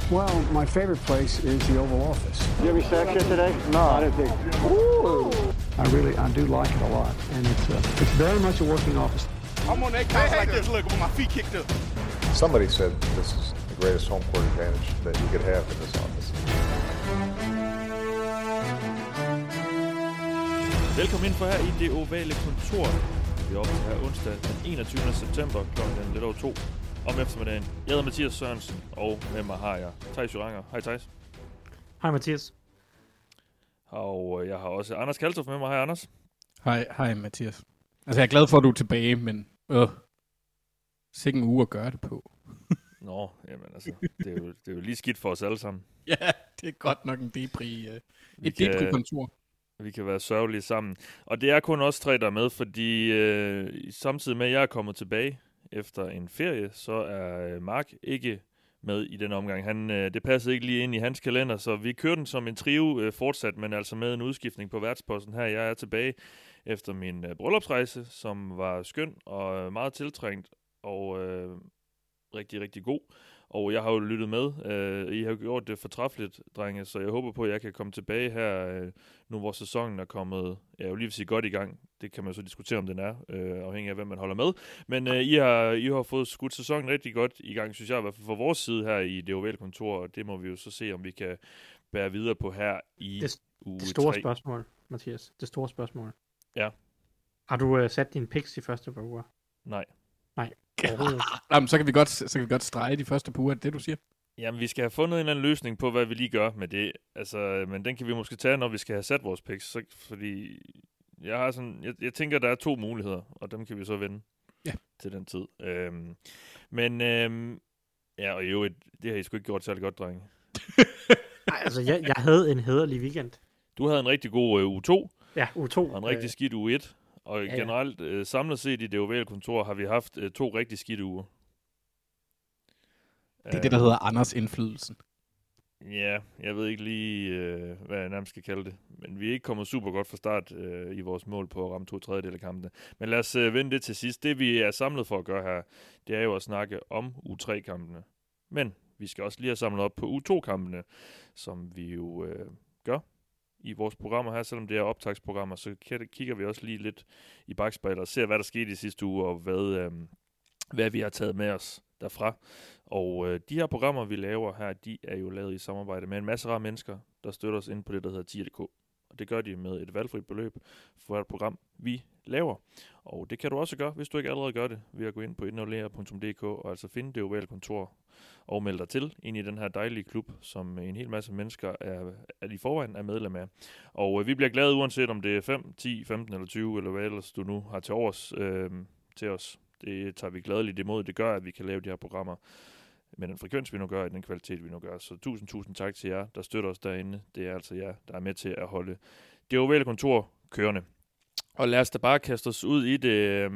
Well, my favorite place is the Oval Office. Did you have any sex yet today? No, I didn't think. Ooh. I do like it a lot, and it's very much a working office. I'm on that couch like this, look, with my feet kicked up. Somebody said this is the greatest home court advantage that you could have in this office. Velkommen ind for her i det ovale kontor. Vi er oppe til her onsdag den 21. september klokken lidt over 2 om eftermiddagen. Jeg hedder Mathias Sørensen, og med mig har jeg Theis Joranger. Hej Theis. Hej Mathias. Og jeg har også Anders Kaltoff med mig. Hej Anders. Hej Mathias. Altså jeg er glad for, at du er tilbage, men sikke en uge at gøre det på. Nå, jamen altså, det er jo lige skidt for os alle sammen. Ja, det er godt nok en depri-kontor. Vi kan være sørgelige sammen. Og det er kun os tre, der er med, fordi samtidig med, at jeg er kommet tilbage efter en ferie, så er Mark ikke med i den omgang. Det passede ikke lige ind i hans kalender, så vi kørte den som en trio fortsat, men altså med en udskiftning på værtsposten her. Jeg er tilbage efter min bryllupsrejse, som var skøn og meget tiltrængt og rigtig, rigtig god. Og jeg har jo lyttet med. I har gjort det fortræffeligt, drenge, så jeg håber på, at jeg kan komme tilbage her, nu hvor sæsonen er kommet, jeg vil lige sige godt i gang. Det kan man så diskutere, om den er, afhængig af, hvem man holder med. Men I har fået skudt sæsonen rigtig godt i gang, synes jeg, i hvert fald fra vores side her i det ovale kontor, og det må vi jo så se, om vi kan bære videre på her i uge 3. Det store spørgsmål, Mathias. Det store spørgsmål. Ja. Har du sat dine picks de første par uger? Nej. Jamen, så kan vi godt strege de første par uger, det du siger. Jamen, vi skal have fundet en eller anden løsning på, hvad vi lige gør med det. Altså, men den kan vi måske tage, når vi skal have sat vores picks. Fordi jeg tænker, der er 2 muligheder, og dem kan vi så vende til den tid. Ja, og jo, det har I sgu ikke gjort særlig godt, drenge. Nej, altså, jeg havde en hæderlig weekend. Du havde en rigtig god uge 2. Ja, uge 2. Og en rigtig skidt uge 1. Og generelt, samlet set i det ovale kontor, har vi haft 2 rigtig skidte uger. Det er det, der hedder Anders indflydelsen. Ja, jeg ved ikke lige, hvad jeg nærmest skal kalde det. Men vi er ikke kommet super godt fra start i vores mål på at ramme 2/3 af kampene. Men lad os vende det til sidst. Det vi er samlet for at gøre her, det er jo at snakke om U3-kampene. Men vi skal også lige have samlet op på U2-kampene, som vi jo gør i vores programmer her. Selvom det er optagsprogrammer, så kigger vi også lige lidt i bakspejlet og ser, hvad der skete i sidste uge, og hvad vi har taget med os derfra. Og de her programmer, vi laver her, de er jo lavet i samarbejde med en masse rare mennesker, der støtter os ind på det, der hedder tier.dk. Og det gør de med et valgfrit beløb for et program, vi laver. Og det kan du også gøre, hvis du ikke allerede gør det, ved at gå ind på indholder.dk og altså finde det ovale kontor og melde dig til ind i den her dejlige klub, som en hel masse mennesker er i forvejen er medlem af. Og vi bliver glade, uanset om det er 5, 10, 15 eller 20, eller hvad ellers du nu har til overs til os. Det tager vi gladeligt imod. Det gør, at vi kan lave de her programmer med den frekvens, vi nu gør, og den kvalitet, vi nu gør. Så tusind tak til jer, der støtter os derinde. Det er altså jer, der er med til at holde det ovale kontor kørende. Og lad os da bare kaste os ud i det.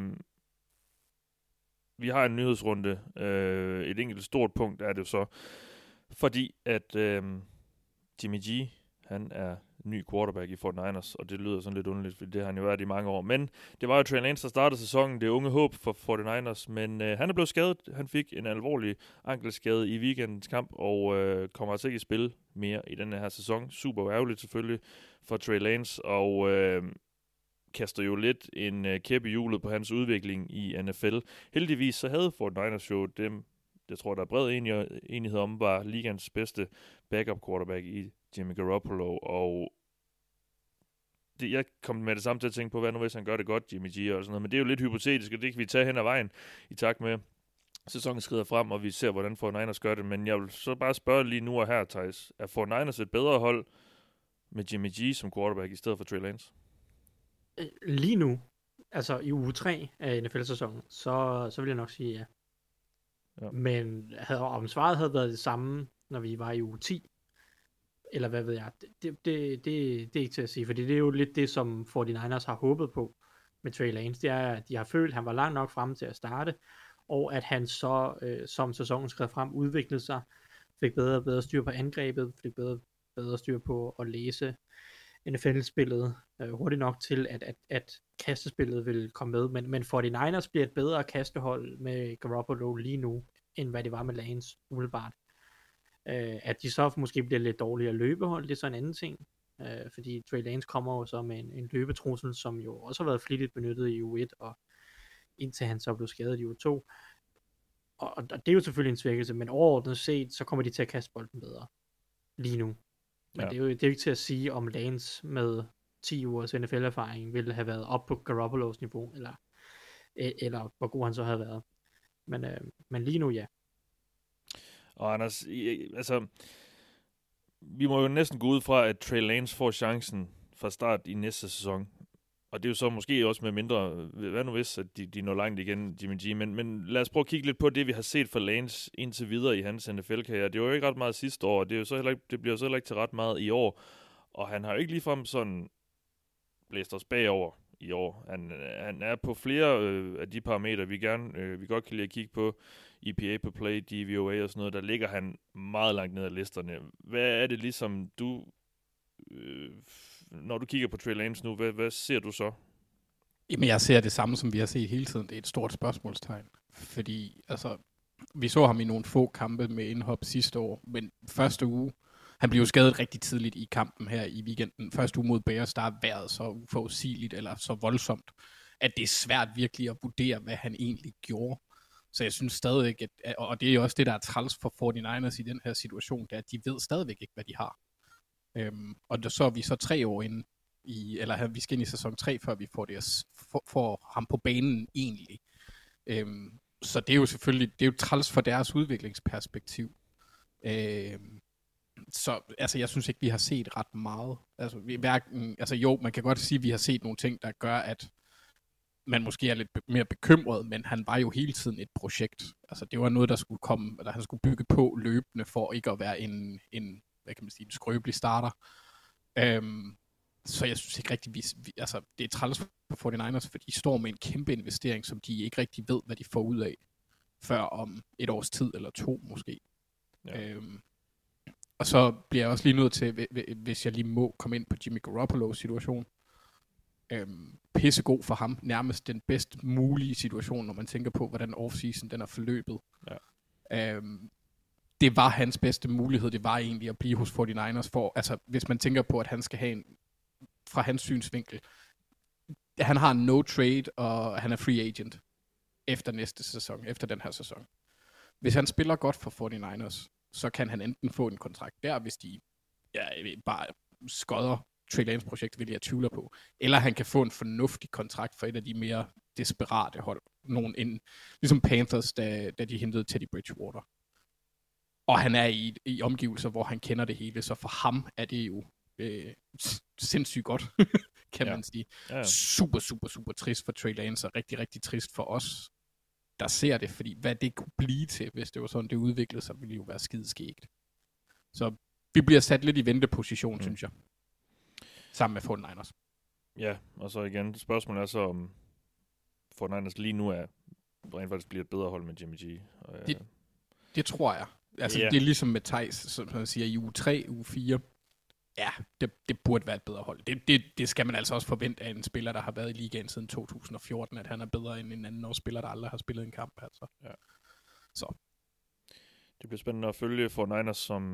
Vi har en nyhedsrunde. Et enkelt stort punkt er det så, fordi at Jimmy G, han er ny quarterback i 49ers, og det lyder sådan lidt underligt, fordi det har han jo været i mange år. Men det var jo Trey Lance, der startede sæsonen, det unge håb for 49ers, men han er blevet skadet. Han fik en alvorlig ankelskade i weekendens kamp, og kommer altså ikke i spil mere i den her sæson. Super ærgerligt selvfølgelig for Trey Lance, og kaster jo lidt en kæp i hjulet på hans udvikling i NFL. Heldigvis så havde 49ers jo dem, jeg tror, der er bred enighed om, var ligens bedste backup quarterback i Jimmy Garoppolo, og jeg kom med det samme til at tænke på, hvad nu hvis han gør det godt, Jimmy G og sådan noget, men det er jo lidt hypotetisk, og det kan vi tage hen ad vejen i takt med sæsonen skrider frem, og vi ser, hvordan 49ers gør det, men jeg vil så bare spørge lige nu og her, Theis, er 49ers et bedre hold med Jimmy G som quarterback i stedet for Trey Lance? Lige nu, altså i uge 3 af NFL-sæsonen, så vil jeg nok sige ja. Men om svaret havde været det samme, når vi var i uge 10, eller hvad ved jeg, det er ikke til at sige, fordi det er jo lidt det, som 49ers har håbet på med Trey Lance. Det er, at de har følt, at han var langt nok fremme til at starte, og at han så, som sæsonen skred frem, udviklede sig, fik bedre styr på angrebet, fik bedre styr på at læse NFL-spillet hurtigt nok til, at kastespillet vil komme med. Men 49ers bliver et bedre kastehold med Garoppolo lige nu, end hvad det var med Lance umiddelbart. At de så måske bliver lidt dårligere løbehold, det er så en anden ting. Fordi Trey Lance kommer jo så med en løbetrussel, som jo også har været flittigt benyttet i U1, og indtil han så blev skadet i U2. Og det er jo selvfølgelig en svækkelse, men overordnet set, så kommer de til at kaste bolden bedre lige nu. Men det er jo ikke til at sige, om Lance med 10 ugers NFL-erfaring ville have været op på Garoppolos niveau, eller hvor god han så havde været. Men lige nu, ja. Og Anders, altså, vi må jo næsten gå ud fra, at Trey Lance får chancen fra start i næste sæson. Og det er jo så måske også med mindre, hvad nu hvis, at de når langt igen, Jimmy G. Men lad os prøve at kigge lidt på det, vi har set fra Lance indtil videre i hans NFL-karriere. Det var jo ikke ret meget sidste år, og det bliver jo så heller ikke til ret meget i år. Og han har jo ikke ligefrem sådan blæst os bagover i år. Han er på flere af de parametre, vi godt kan lide at kigge på, EPA per play, DVOA og sådan noget, der ligger han meget langt ned ad listerne. Hvad er det ligesom du... når du kigger på Trey Lance nu, hvad ser du så? Jamen, jeg ser det samme, som vi har set hele tiden. Det er et stort spørgsmålstegn. Fordi, altså, vi så ham i nogle få kampe med indhop sidste år, men første uge, han blev jo skadet rigtig tidligt i kampen her i weekenden. Første uge mod Bears, der har været så uforudsigeligt eller så voldsomt, at det er svært virkelig at vurdere, hvad han egentlig gjorde. Så jeg synes stadigvæk, og det er også det, der er træls for 49ers i den her situation, det er, at de ved stadigvæk ikke, hvad de har. Og så er vi så 3 år inde vi skal ind i sæson 3, før vi får ham på banen egentlig. Så det er jo selvfølgelig, det er jo træls for deres udviklingsperspektiv. Så altså, jeg synes ikke, vi har set ret meget. Altså, jo, man kan godt sige, at vi har set nogle ting, der gør, at man måske er lidt mere bekymret, men han var jo hele tiden et projekt. Altså, det var noget, der skulle komme, eller han skulle bygge på løbende, for ikke at være en hvad kan man sige, en skrøbelig starter. Så jeg synes ikke rigtig, altså, det er træls for 49ers, for de står med en kæmpe investering, som de ikke rigtig ved, hvad de får ud af, før om 1 års tid, eller 2 måske. Ja. Og så bliver jeg også lige nødt til, hvis jeg lige må komme ind på Jimmy Garoppolos situation. Pissegod for ham. Nærmest den bedst mulige situation, når man tænker på, hvordan offseason den er forløbet. Ja. Det var hans bedste mulighed. Det var egentlig at blive hos 49ers for, altså hvis man tænker på, at han skal have fra hans synsvinkel, han har en no trade, og han er free agent efter næste sæson, efter den her sæson. Hvis han spiller godt for 49ers, så kan han enten få en kontrakt der, hvis de bare skodder Trey Lance projekt, vil jeg tvivle på. Eller han kan få en fornuftig kontrakt for et af de mere desperate hold. Ligesom Panthers, da de hentede Teddy Bridgewater. Og han er i omgivelser, hvor han kender det hele, så for ham er det jo sindssygt godt, kan man sige. Ja. Super, super, super trist for Trey Lance, og rigtig, rigtig trist for os, der ser det, fordi hvad det kunne blive til, hvis det var sådan, det udviklede sig, ville jo være skideskægt. Så vi bliver sat lidt i venteposition, synes jeg. Sammen med 49ers. Ja, og så igen, spørgsmålet er så, om 49ers lige nu rent faktisk bliver et bedre hold med Jimmy G. Det tror jeg. Altså, det er ligesom med Theis, som man siger, i uge 3, uge 4. Ja, det burde være et bedre hold. Det skal man altså også forvente af en spiller, der har været i ligaen siden 2014, at han er bedre end en anden spiller, der aldrig har spillet en kamp. Altså. Ja. Så. Det bliver spændende at følge for Niners, som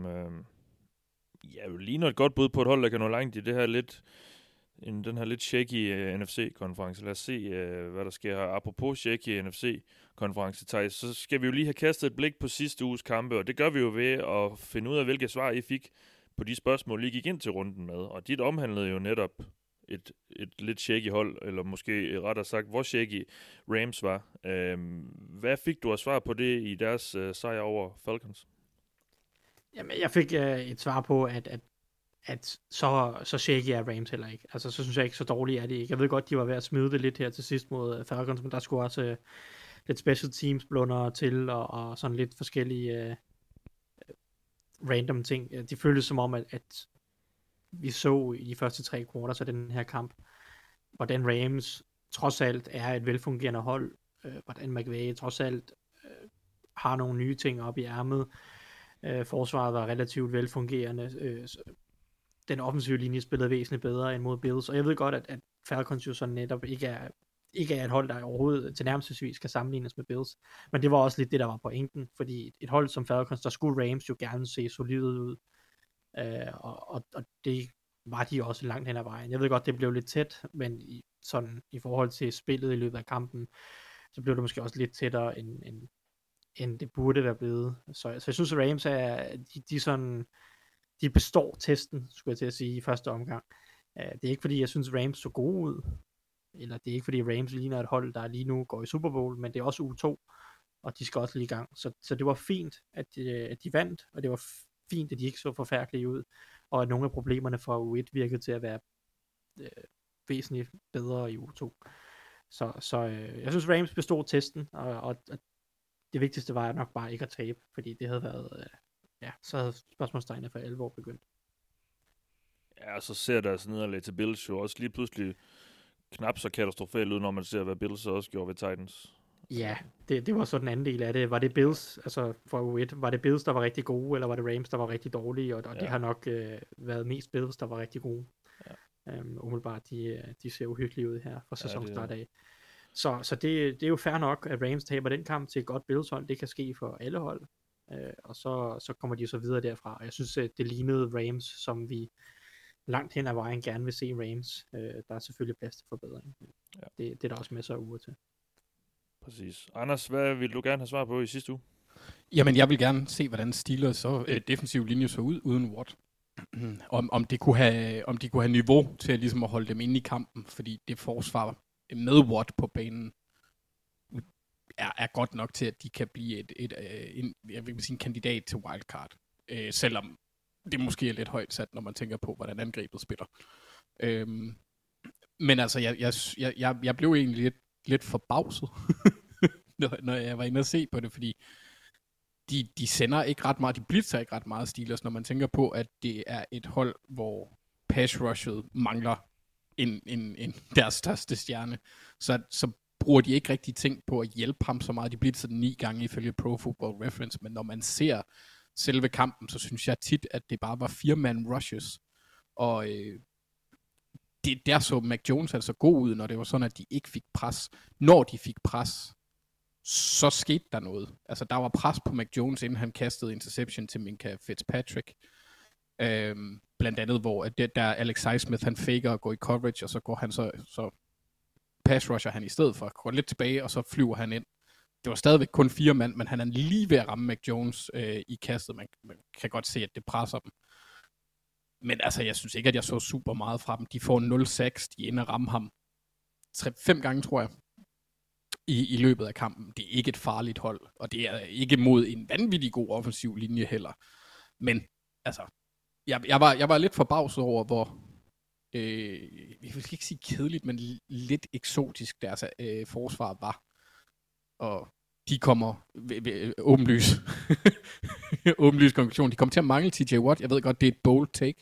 jo ligner et godt bud på et hold, der kan nå langt i det her den her lidt shaky NFC-konference. Lad os se, hvad der sker her. Apropos shaky NFC-konference, Theis, så skal vi jo lige have kastet et blik på sidste uges kampe, og det gør vi jo ved at finde ud af, hvilke svar I fik på de spørgsmål, I gik ind til runden med. Og dit omhandlede jo netop et lidt shaky hold, eller måske rettere sagt, hvor shaky Rams var. Hvad fik du at svar på det i deres sejr over Falcons? Jamen, jeg fik et svar på, at så shaky er Rams heller ikke. Altså, så synes jeg ikke, så dårligt er det ikke. Jeg ved godt, de var ved at smide det lidt her til sidst mod Falcons, men der skulle også lidt special teams blunder til, og sådan lidt forskellige random ting. Det føltes som om, at vi så i de første 3 quarters af den her kamp, hvordan Rams trods alt er et velfungerende hold, hvordan McVay trods alt har nogle nye ting op i ærmet. Forsvaret var relativt velfungerende. Den offensive linje spillede væsentligt bedre end mod Bills, og jeg ved godt, at Falcons jo sådan netop ikke er ikke er et hold, der overhovedet tilnærmelsesvis kan sammenlignes med Bills. Men det var også lidt det, der var pointen, fordi et hold som Falcons, der skulle Rams jo gerne se solidt ud, og det var de også langt hen ad vejen. Jeg ved godt, det blev lidt tæt, men i forhold til spillet i løbet af kampen, så blev det måske også lidt tættere, end det burde være blevet. Så jeg synes, at Rams de består testen, skulle jeg til at sige, i første omgang. Det er ikke fordi, jeg synes, Rams så gode ud, eller det er ikke fordi, Rams ligner et hold, der lige nu går i Super Bowl, men det er også uge 2, og de skal også lige i gang. Så det var fint, at de vandt, og det var fint, at de ikke så forfærdelige ud, og at nogle af problemerne fra uge 1 virkede til at være væsentligt bedre i uge 2. Så jeg synes, Rams bestod testen, og det vigtigste var nok bare ikke at tabe, fordi det havde været, så havde spørgsmålstegnet for alvor begyndt. Ja, så ser der sådan nederlag til Bills jo også lige pludselig knap så katastrofalt ud, når man ser, hvad Bills også gjorde ved Titans. Ja, det var så den anden del af det. Var det Bills, altså for uge 1, var det Bills, der var rigtig gode, eller var det Rams, der var rigtig dårlige, og det har nok været mest Bills, der var rigtig gode. Ja. Umiddelbart, de ser uhyggelige ud her fra sæsonstart af. Så det er jo fair nok, at Rams taber den kamp til et godt Bills-hold. Det kan ske for alle hold. Og så kommer de så videre derfra. Og jeg synes, det lignede Rams, som vi langt hen ad vejen gerne vil se Rams. Der er selvfølgelig plads til forbedring. Ja. Det er der også masser af uger til. Præcis. Anders, hvad vil du gerne have svar på i sidste uge? Jamen, jeg vil gerne se, hvordan Steelers så defensiv linje så ud uden Watt. om de kunne have niveau til at, ligesom at holde dem inde i kampen, fordi det forsvar med Watt på banen er godt nok til, at de kan blive en kandidat til wildcard. Selvom det måske er lidt højt sat, når man tænker på, hvordan angrebet spiller. Men altså, jeg blev egentlig lidt forbavset, når jeg var inde og se på det, fordi de sender ikke ret meget, de blitzer ikke ret meget Steelers, når man tænker på, at det er et hold, hvor pass rushet mangler en deres største stjerne. Så bruger de ikke rigtig tænkt på at hjælpe ham så meget. De blitzer den 9 gange ifølge Pro Football Reference, men når man ser selve kampen, så synes jeg tit, at det bare var 4-man rushes. Og der så Mac Jones altså god ud, når det var sådan, at de ikke fik pres. Når de fik pres, så skete der noget. Altså, der var pres på Mac Jones, inden han kastede interception til Minka Fitzpatrick. Blandt andet, hvor der Alex Highsmith, han faker og går i coverage, og så går han så pass rusher han i stedet for, går lidt tilbage, og så flyver han ind. Det var stadigvæk kun 4 mand, men han er lige ved at ramme Mac Jones i kastet. Man kan godt se, at det presser dem. Men altså, jeg synes ikke, at jeg så super meget fra dem. De får 0-6, de ender at ramme ham 5 gange, tror jeg, i løbet af kampen. Det er ikke et farligt hold, og det er ikke mod en vanvittig god offensiv linje heller. Men altså, jeg var lidt forbavset over, hvor jeg vil ikke sige kedeligt, men lidt eksotisk deres forsvar var. Og de kommer åbenlys konklusion. De kommer til at mangle TJ Watt. Jeg ved godt, det er et bold take.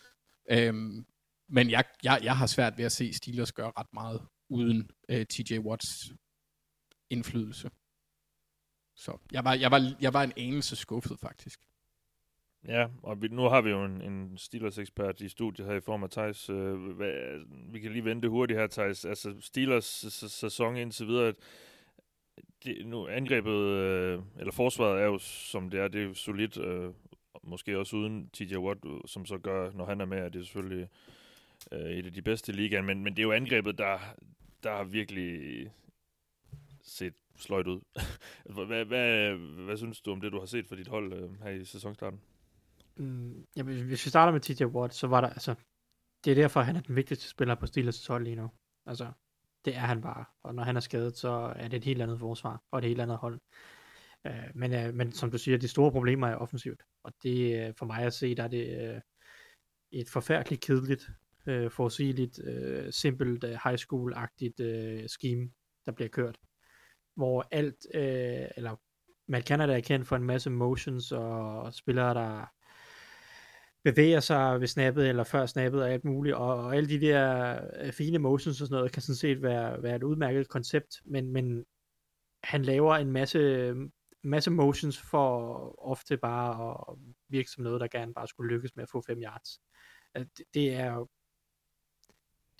Men jeg har svært ved at se Steelers gøre ret meget uden TJ Watts indflydelse. Så jeg var en anelse skuffet, faktisk. Ja, og nu har vi jo en Steelers-ekspert i studiet her i form af Theis. Vi kan lige vente hurtigt her, Theis. Altså, Steelers sæson indtil videre, nu angrebet, eller forsvaret er jo, som det er jo solidt, måske også uden TJ Watt, som så gør, når han er med, at det er selvfølgelig et af de bedste i ligaen, men det er jo angrebet, der har virkelig set sløjt ud. Hvad synes du om det, du har set for dit hold her i sæsonstarten? Ja, hvis vi starter med TJ Watt, så var der, altså, det er derfor, han er den vigtigste spiller på Steelers hold lige nu. Altså, det er han bare. Og når han er skadet, så er det et helt andet forsvar, og et helt andet hold. Men som du siger, de store problemer er offensivt. Og det, for mig at se, der er det et forfærdeligt kedeligt, forudsigeligt, simpelt, high school-agtigt scheme, der bliver kørt. Hvor alt, eller Matt Canada er kendt for en masse motions, og spillere, der bevæger sig ved snappet, eller før snappet, og alt muligt, og alle de der fine motions og sådan noget, kan sådan set være et udmærket koncept, men han laver en masse motions for ofte bare at virke som noget, der gerne bare skulle lykkes med at få 5 yards. Det er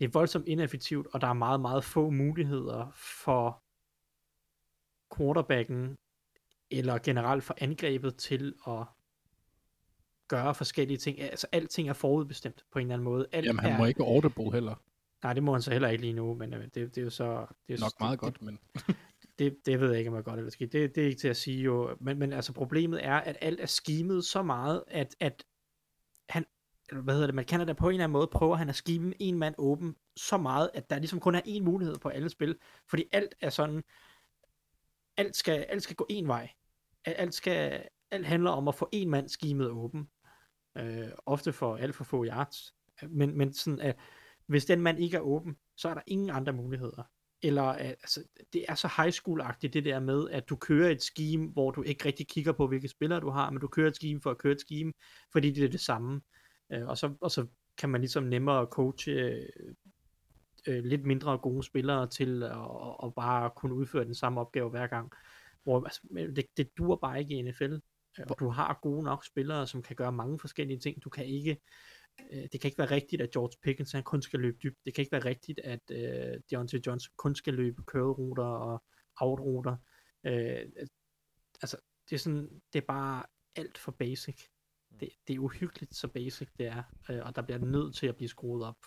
det er voldsomt ineffektivt, og der er meget, meget få muligheder for quarterbacken, eller generelt for angrebet til at gøre forskellige ting. Altså alting er forudbestemt på en eller anden måde. Jamen han må ikke audible heller. Nej, det må han så heller ikke lige nu, men det er jo så... Det er nok meget godt, men... det ved jeg ikke, om jeg godt eller skidt. Det er ikke til at sige jo. Men altså problemet er, at alt er skimet så meget, at han... Man kan da på en eller anden måde prøve, at han er skimen en mand åben så meget, at der ligesom kun er én mulighed på alle spil. Fordi alt er sådan... Alt skal gå en vej. Alt handler om at få en mand skimet åben. Ofte for alt for få yards. Men sådan, at hvis den mand ikke er åben, så er der ingen andre muligheder. Eller, altså, det er så high school-agtigt, det der med, at du kører et scheme, hvor du ikke rigtig kigger på, hvilke spillere du har, men du kører et scheme for at køre et scheme, fordi det er det samme. Og så kan man ligesom nemmere coache lidt mindre gode spillere til at bare kunne udføre den samme opgave hver gang. Hvor, altså, det duer bare ikke i NFL. Og du har gode nok spillere, som kan gøre mange forskellige ting. Du kan ikke... Det kan ikke være rigtigt, at George Pickens han kun skal løbe dybt. Det kan ikke være rigtigt, at Deontay Johnson kun skal løbe curl-ruter og out-ruter. Altså, det er bare alt for basic. Det er uhyggeligt så basic det er. Og der bliver nødt til at blive skruet op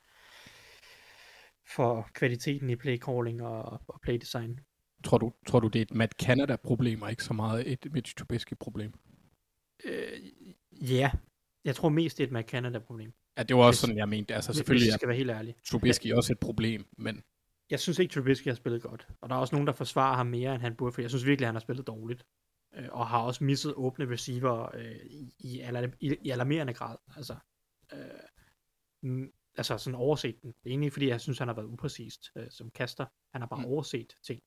for kvaliteten i play-calling og play-design. Tror du, det er et Matt Canada-problem, og ikke så meget et Mitch Trubisky-problem? Ja. Jeg tror mest, det er et Matt Canada-problem. Ja, det var også sådan, jeg mente. Altså, selvfølgelig skal være helt ærlig. Trubisky er også et problem, men... Jeg synes ikke, Trubisky har spillet godt. Og der er også nogen, der forsvarer ham mere, end han burde, for jeg synes virkelig, han har spillet dårligt. Og har også misset åbne receiver i alarmerende grad. Altså sådan overset den. Det er egentlig, fordi jeg synes, han har været upræcist som kaster. Han har bare overset ting.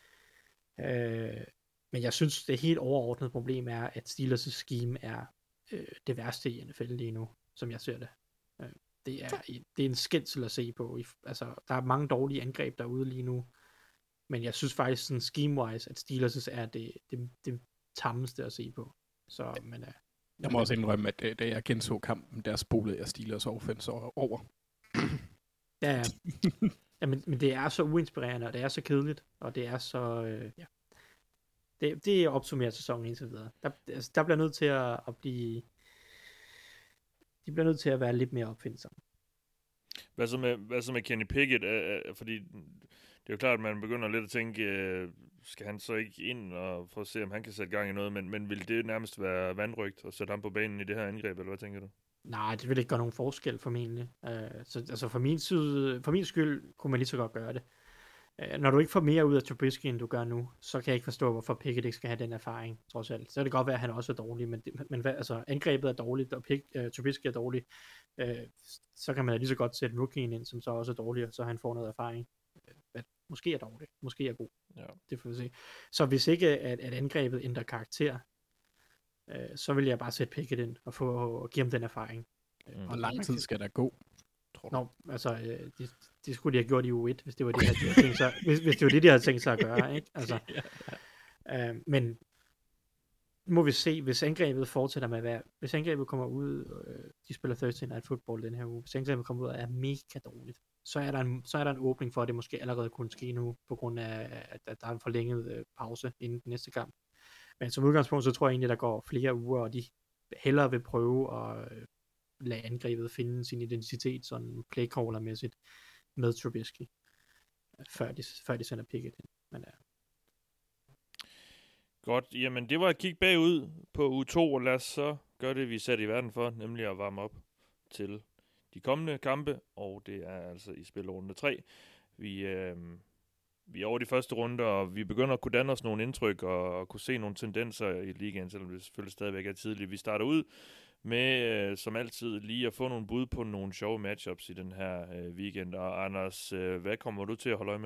Men jeg synes, det helt overordnede problem er, at Steelers' scheme er det værste i NFL lige nu, som jeg ser det. Det er en skændsel at se på. Altså, der er mange dårlige angreb derude lige nu, men jeg synes faktisk sådan scheme-wise, at Steelers' er det tammeste at se på. Så, men, jeg må også indrømme, at da jeg genså kampen, der spolede jeg Steelers offense over. Ja. Men det er så uinspirerende, og det er så kedeligt, og det er så... ja. Det opsummerer sæsonen indtil videre. Der bliver nødt til at blive... De bliver nødt til at være lidt mere opfindsomme. Hvad så med Kenny Pickett? Fordi det er jo klart, at man begynder lidt at tænke, skal han så ikke ind og få at se, om han kan sætte gang i noget, men vil det nærmest være vandrygt at sætte ham på banen i det her angreb, eller hvad tænker du? Nej, det vil ikke gøre nogen forskel formentlig. Så altså for min skyld kunne man lige så godt gøre det. Når du ikke får mere ud af Trubisky, end du gør nu, så kan jeg ikke forstå, hvorfor Pickett ikke skal have den erfaring, trods alt. Så kan det godt være, at han også er dårlig, men altså, angrebet er dårligt, og Trubisky er dårlig, så kan man lige så godt sætte rookien ind, som så også er dårlig, så han får noget erfaring. Måske er dårlig, måske er god. Ja. Det får vi se. Så hvis ikke, at angrebet ændrer karakter, så vil jeg bare sætte Pickett ind og give ham den erfaring. Hvor lang tid skal der gå? Nå, altså, det skulle de have gjort i U1, hvis det var det, de havde tænkt sig, hvis det var det, de havde tænkt sig at gøre, ikke? Altså, men må vi se, hvis angrebet fortsætter med at være, hvis angrebet kommer ud, de spiller Thursday Night Football den her uge, hvis angrebet kommer ud og er mega dårligt, så er der en åbning for, at det måske allerede kunne ske nu, på grund af, at der er en forlænget pause inden den næste kamp. Men som udgangspunkt, så tror jeg egentlig, der går flere uger, og de hellere vil prøve at lade angrebet finde sin identitet sådan playcaller-mæssigt med Trubisky, før de sender Pickett ind. Men, Godt, jamen det var at kigge bagud på uge 2, og lad os så gøre det, vi er sat i verden for, nemlig at varme op til de kommende kampe, og det er altså i spilrunde 3. Vi er over de første runder, og vi begynder at kunne danne os nogle indtryk, og kunne se nogle tendenser i ligaen, selvom det selvfølgelig stadigvæk er tidligt. Vi starter ud med, som altid, lige at få nogle bud på nogle sjove matchups i den her weekend. Og Anders, hvad kommer du til at holde øje med?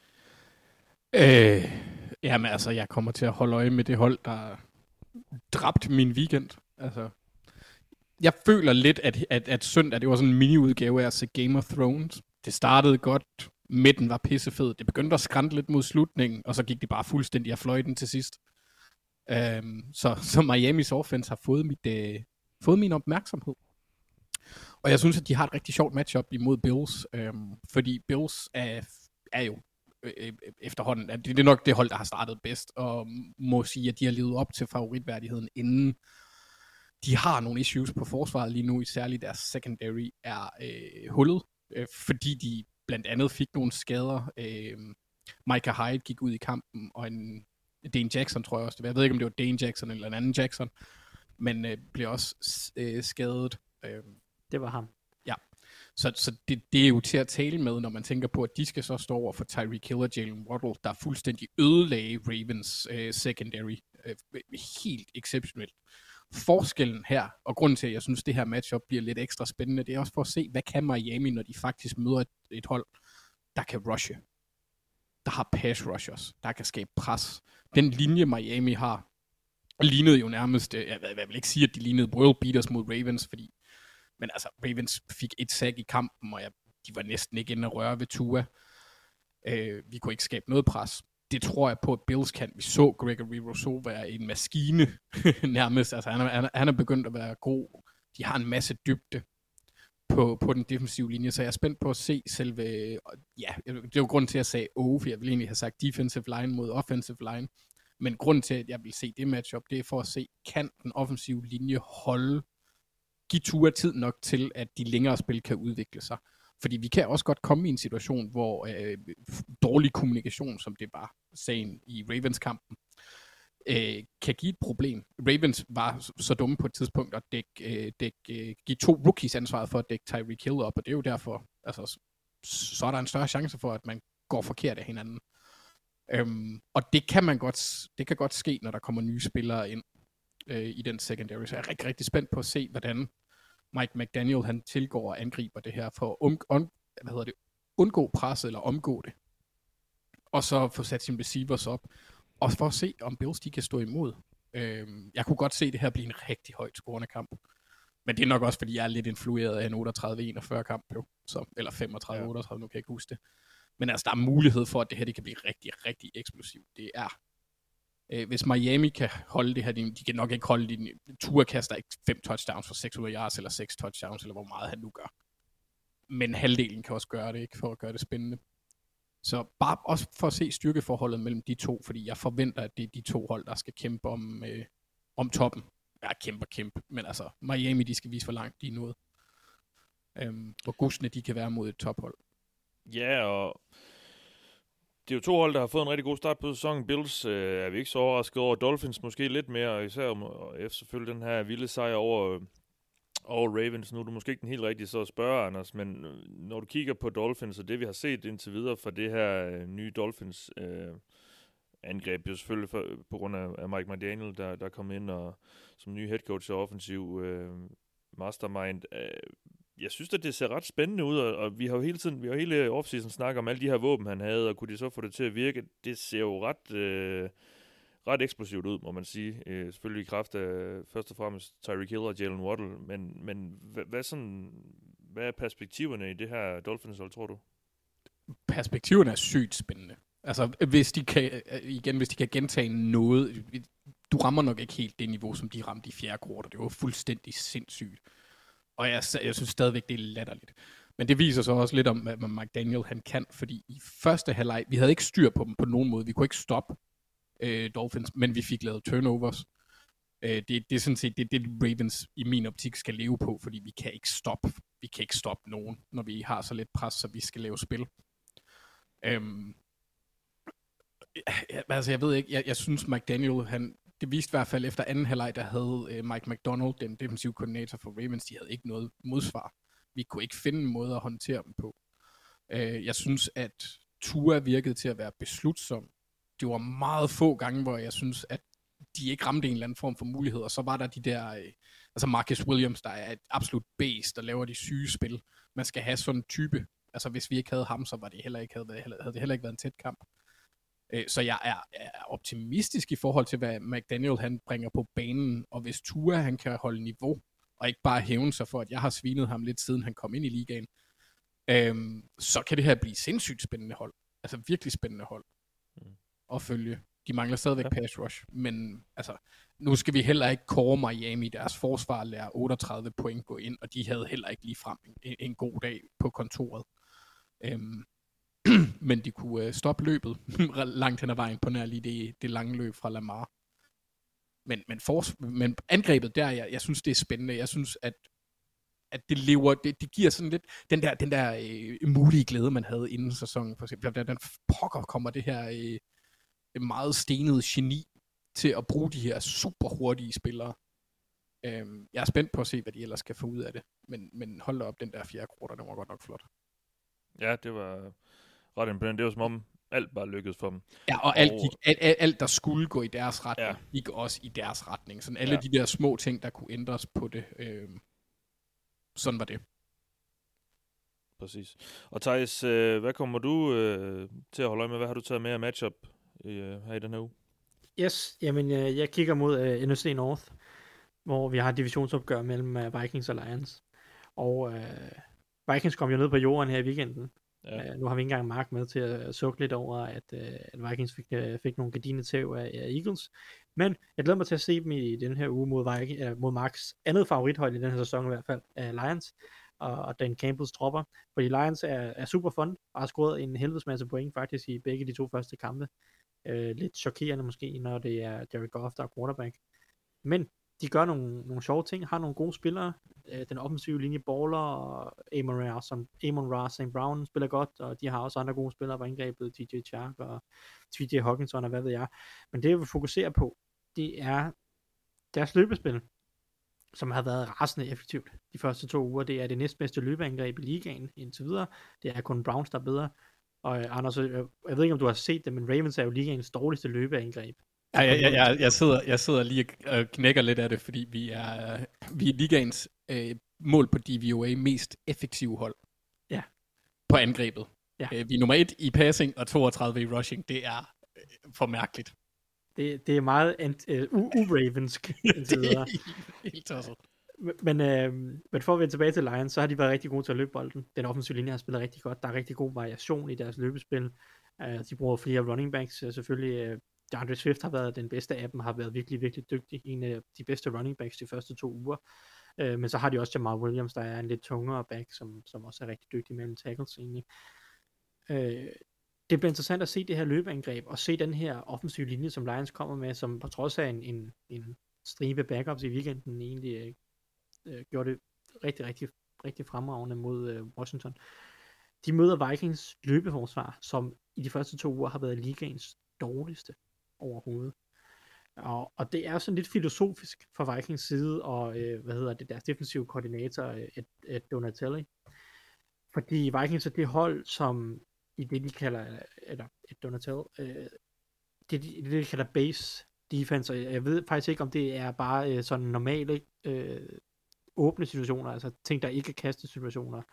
Jamen altså, jeg kommer til at holde øje med det hold, der dræbte min weekend. Altså, jeg føler lidt, at søndag, det var sådan en mini-udgave af at se Game of Thrones. Det startede godt, midten var pissefed, det begyndte at skrænte lidt mod slutningen, og så gik det bare fuldstændig af fløjten til sidst. Så Miamis offense har fået min opmærksomhed. Og jeg synes, at de har et rigtig sjovt matchup imod Bills, fordi Bills er jo efterhånden, det er nok det hold, der har startet bedst, og må sige, at de har levet op til favoritværdigheden inden. De har nogle issues på forsvaret lige nu, særligt deres secondary er hullet, fordi de blandt andet fik nogle skader. Micah Hyde gik ud i kampen, og Dane Jackson, tror jeg også. Jeg ved ikke, om det var Dane Jackson eller en anden Jackson, men blev også skadet. Det var ham. Ja, så det er jo til at tale med, når man tænker på, at de skal så stå over for Tyreek Hill og Jalen Waddle, der fuldstændig ødelagde Ravens secondary. Helt exceptionelt. Forskellen her, og grunden til, at jeg synes, det her matchup bliver lidt ekstra spændende, det er også for at se, hvad kan Miami, når de faktisk møder et hold, der kan rushe. Der har pass rushers, der kan skabe pres. Den linje, Miami har, lignede jo nærmest, jeg vil ikke sige, at de lignede world beaters mod Ravens, men altså, Ravens fik et sack i kampen, og de var næsten ikke inde at røre ved Tua. Vi kunne ikke skabe noget pres. Det tror jeg på, at Bills kan. Vi så Gregory Rousseau være en maskine nærmest. Altså, han er begyndt at være god. De har en masse dybde på den defensive linje, så jeg er spændt på at se selve... Ja, det er jo grunden til, at jeg sagde for jeg ville egentlig have sagt defensive line mod offensive line. Men grunden til, at jeg vil se det matchup, det er for at se, kan den offensive linje give Tua tid nok til, at de længere spil kan udvikle sig. Fordi vi kan også godt komme i en situation, hvor dårlig kommunikation, som det var sagen i Ravens-kampen, kan give et problem. Ravens var så dumme på et tidspunkt at give 2 rookies ansvaret for at dække Tyreek Hill op, og det er jo derfor, altså, så er der en større chance for, at man går forkert af hinanden. Og det kan godt ske, når der kommer nye spillere ind i den secondary. Så jeg er rigtig, rigtig spændt på at se, hvordan Mike McDaniel han tilgår og angriber det her for at undgå presset eller omgå det. Og så få sat sine receivers op. Og for at se, om Bills de kan stå imod. Jeg kunne godt se det her blive en rigtig højt scorende kamp. Men det er nok også, fordi jeg er lidt influeret af en 38-41 kamp. Jo. Eller 35-38, nu kan jeg ikke huske det. Men altså, der er mulighed for, at det her det kan blive rigtig, rigtig eksplosivt. Det er... Hvis Miami kan holde det her, de kan nok ikke holde det. Tua kaster ikke 5 touchdowns for 600 yards, eller 6 touchdowns, eller hvor meget han nu gør. Men halvdelen kan også gøre det, ikke, for at gøre det spændende. Så bare også for at se styrkeforholdet mellem de to, fordi jeg forventer, at det er de to hold, der skal kæmpe om toppen. Ja, kæmpe, men altså, Miami, de skal vise, hvor langt de er nået. Hvor gustne de kan være mod et tophold. Ja, og det er jo 2 hold, der har fået en rigtig god start på sæsonen. Bills er vi ikke så overrasket over. Dolphins måske lidt mere, især efter selvfølgelig den her vilde sejr over Ravens. Nu er du måske ikke den helt rigtige så at spørge, Anders, men når du kigger på Dolphins og det, vi har set indtil videre fra det her nye Dolphins angreb, jo selvfølgelig på grund af Mike McDaniel, der er kommet ind og som ny head coach og offensiv mastermind. Jeg synes, at det ser ret spændende ud, og vi har jo hele offseason snakket om alle de her våben, han havde, og kunne de så få det til at virke? Det ser jo ret eksplosivt ud, må man sige. Selvfølgelig i kraft af først og fremmest Tyreek Hill og Jalen Waddle, men hvad er perspektiverne i det her Dolphins-hold, tror du? Perspektiverne er sygt spændende. Altså, hvis de kan gentage noget, du rammer nok ikke helt det niveau, som de ramte i 4. kvartal. Det var fuldstændig sindssygt. Og jeg synes stadigvæk, det er latterligt. Men det viser så også lidt om, hvad McDaniel han kan, fordi i første halvleg, vi havde ikke styr på dem på nogen måde. Vi kunne ikke stoppe Dolphins, men vi fik lavet turnovers. Det er sådan set det Ravens i min optik skal leve på, fordi vi kan ikke stoppe nogen, når vi har så lidt pres, så vi skal lave spil. Altså jeg ved ikke, jeg synes McDaniel, det viste i hvert fald efter anden halvleg, der havde Mike McDonald, den defensive koordinator for Ravens, de havde ikke noget modsvar. Vi kunne ikke finde en måde at håndtere dem på. Jeg synes, at Tua virkede til at være beslutsom. Det var meget få gange, hvor jeg synes, at de ikke ramte en eller anden form for mulighed, og så var der de der, altså Marcus Williams, der er et absolut beast, der laver de syge spil. Man skal have sådan en type. Altså hvis vi ikke havde ham, så var det havde det heller ikke været en tæt kamp. Så jeg er optimistisk i forhold til, hvad McDaniel han bringer på banen, og hvis Tua han kan holde niveau, og ikke bare hævne sig for, at jeg har svinet ham lidt siden han kom ind i ligaen, så kan det her blive sindssygt spændende hold. Altså virkelig spændende hold at følge. De mangler stadigvæk pass rush, men altså, nu skal vi heller ikke kåre Miami. Deres forsvar lader 38 point gå ind, og de havde heller ikke ligefrem en god dag på kontoret. Men de kunne stoppe løbet langt hen ad vejen på nær lige det lange løb fra Lamar. Men angrebet der, jeg synes, det er spændende. Jeg synes, at det lever, det giver sådan lidt den der mulige glæde, man havde inden sæsonen. For eksempel, den pokker kommer det her meget stenede geni til at bruge de her super hurtige spillere. Jeg er spændt på at se, hvad de ellers skal få ud af det. Men hold da op, den der fjerde quarter, den var godt nok flot. Ja, det var ret imponerende. Det var som om alt bare lykkedes for dem. Ja, og alt der skulle gå i deres retning, gik også i deres retning. Sådan alle de der små ting, der kunne ændres på det. Sådan var det. Præcis. Og Theis, hvad kommer du til at holde øje med? Hvad har du taget med af matchup her i den her uge? Yes, jamen jeg kigger mod NFC North, hvor vi har et divisionsopgør mellem Vikings og Lions. Og Vikings kom jo ned på jorden her i weekenden. Ja. Nu har vi ikke engang Mark med til at sukke lidt over, at Vikings fik nogle gardinetæv af Eagles. Men jeg glæder mig til at se dem i den her uge mod Marks andet favorithold i den her sæson i hvert fald, Lions og Dan Campbells tropper. Fordi Lions er super fun og har scoret en helvedes masse point faktisk i begge de 2 første kampe. Lidt chokerende måske, når det er Jared Goff, der er quarterback. Men de gør nogle sjove ting, har nogle gode spillere. Den offensive linje baller, og Amon-Ra St. Brown spiller godt, og de har også andre gode spillere på angrebet, TJ Chark og TJ Hawkinson og hvad ved jeg. Men det jeg vil fokusere på, det er deres løbespil, som har været rasende effektivt de første 2 uger. Det er det næstbedste løbeangreb i ligaen indtil videre. Det er kun Browns, der er bedre. Og Anders, jeg ved ikke, om du har set det, men Ravens er jo ligaens dårligste løbeangreb. Jeg sidder lige og knækker lidt af det, fordi vi er ligaens mål på DVOA mest effektive hold. Ja. På angrebet. Ja. Vi er nummer 1 i passing og 32 i rushing. Det er for mærkeligt. Det er meget uravensk indtil videre. Helt tosset. Men for at vende tilbage til Lions, så har de været rigtig gode til at løbe bolden. Den offensive linje har spillet rigtig godt. Der er rigtig god variation i deres løbespil. De bruger flere running backs. Selvfølgelig DeAndre Swift har været den bedste af dem, har været virkelig, virkelig dygtig. En af de bedste running backs de første 2 uger. Men så har de også Jamal Williams, der er en lidt tungere back, som også er rigtig dygtig mellem tackles egentlig. Det bliver interessant at se det her løbeangreb, og se den her offensive linje, som Lions kommer med, som på trods af en stribe backups i weekenden egentlig gjorde det rigtig, rigtig, rigtig fremragende mod Washington. De møder Vikings løbeforsvar, som i de første 2 uger har været ligaens dårligste overhovedet. Og det er sådan lidt filosofisk fra Vikings side, og deres defensive koordinator, Ed Donatelli. Fordi Vikings er det hold, som i det de kalder, eller Ed Donatelli, det de kalder base defense, og jeg ved faktisk ikke, om det er bare sådan normale åbne situationer, altså ting, der ikke er kastesituationer,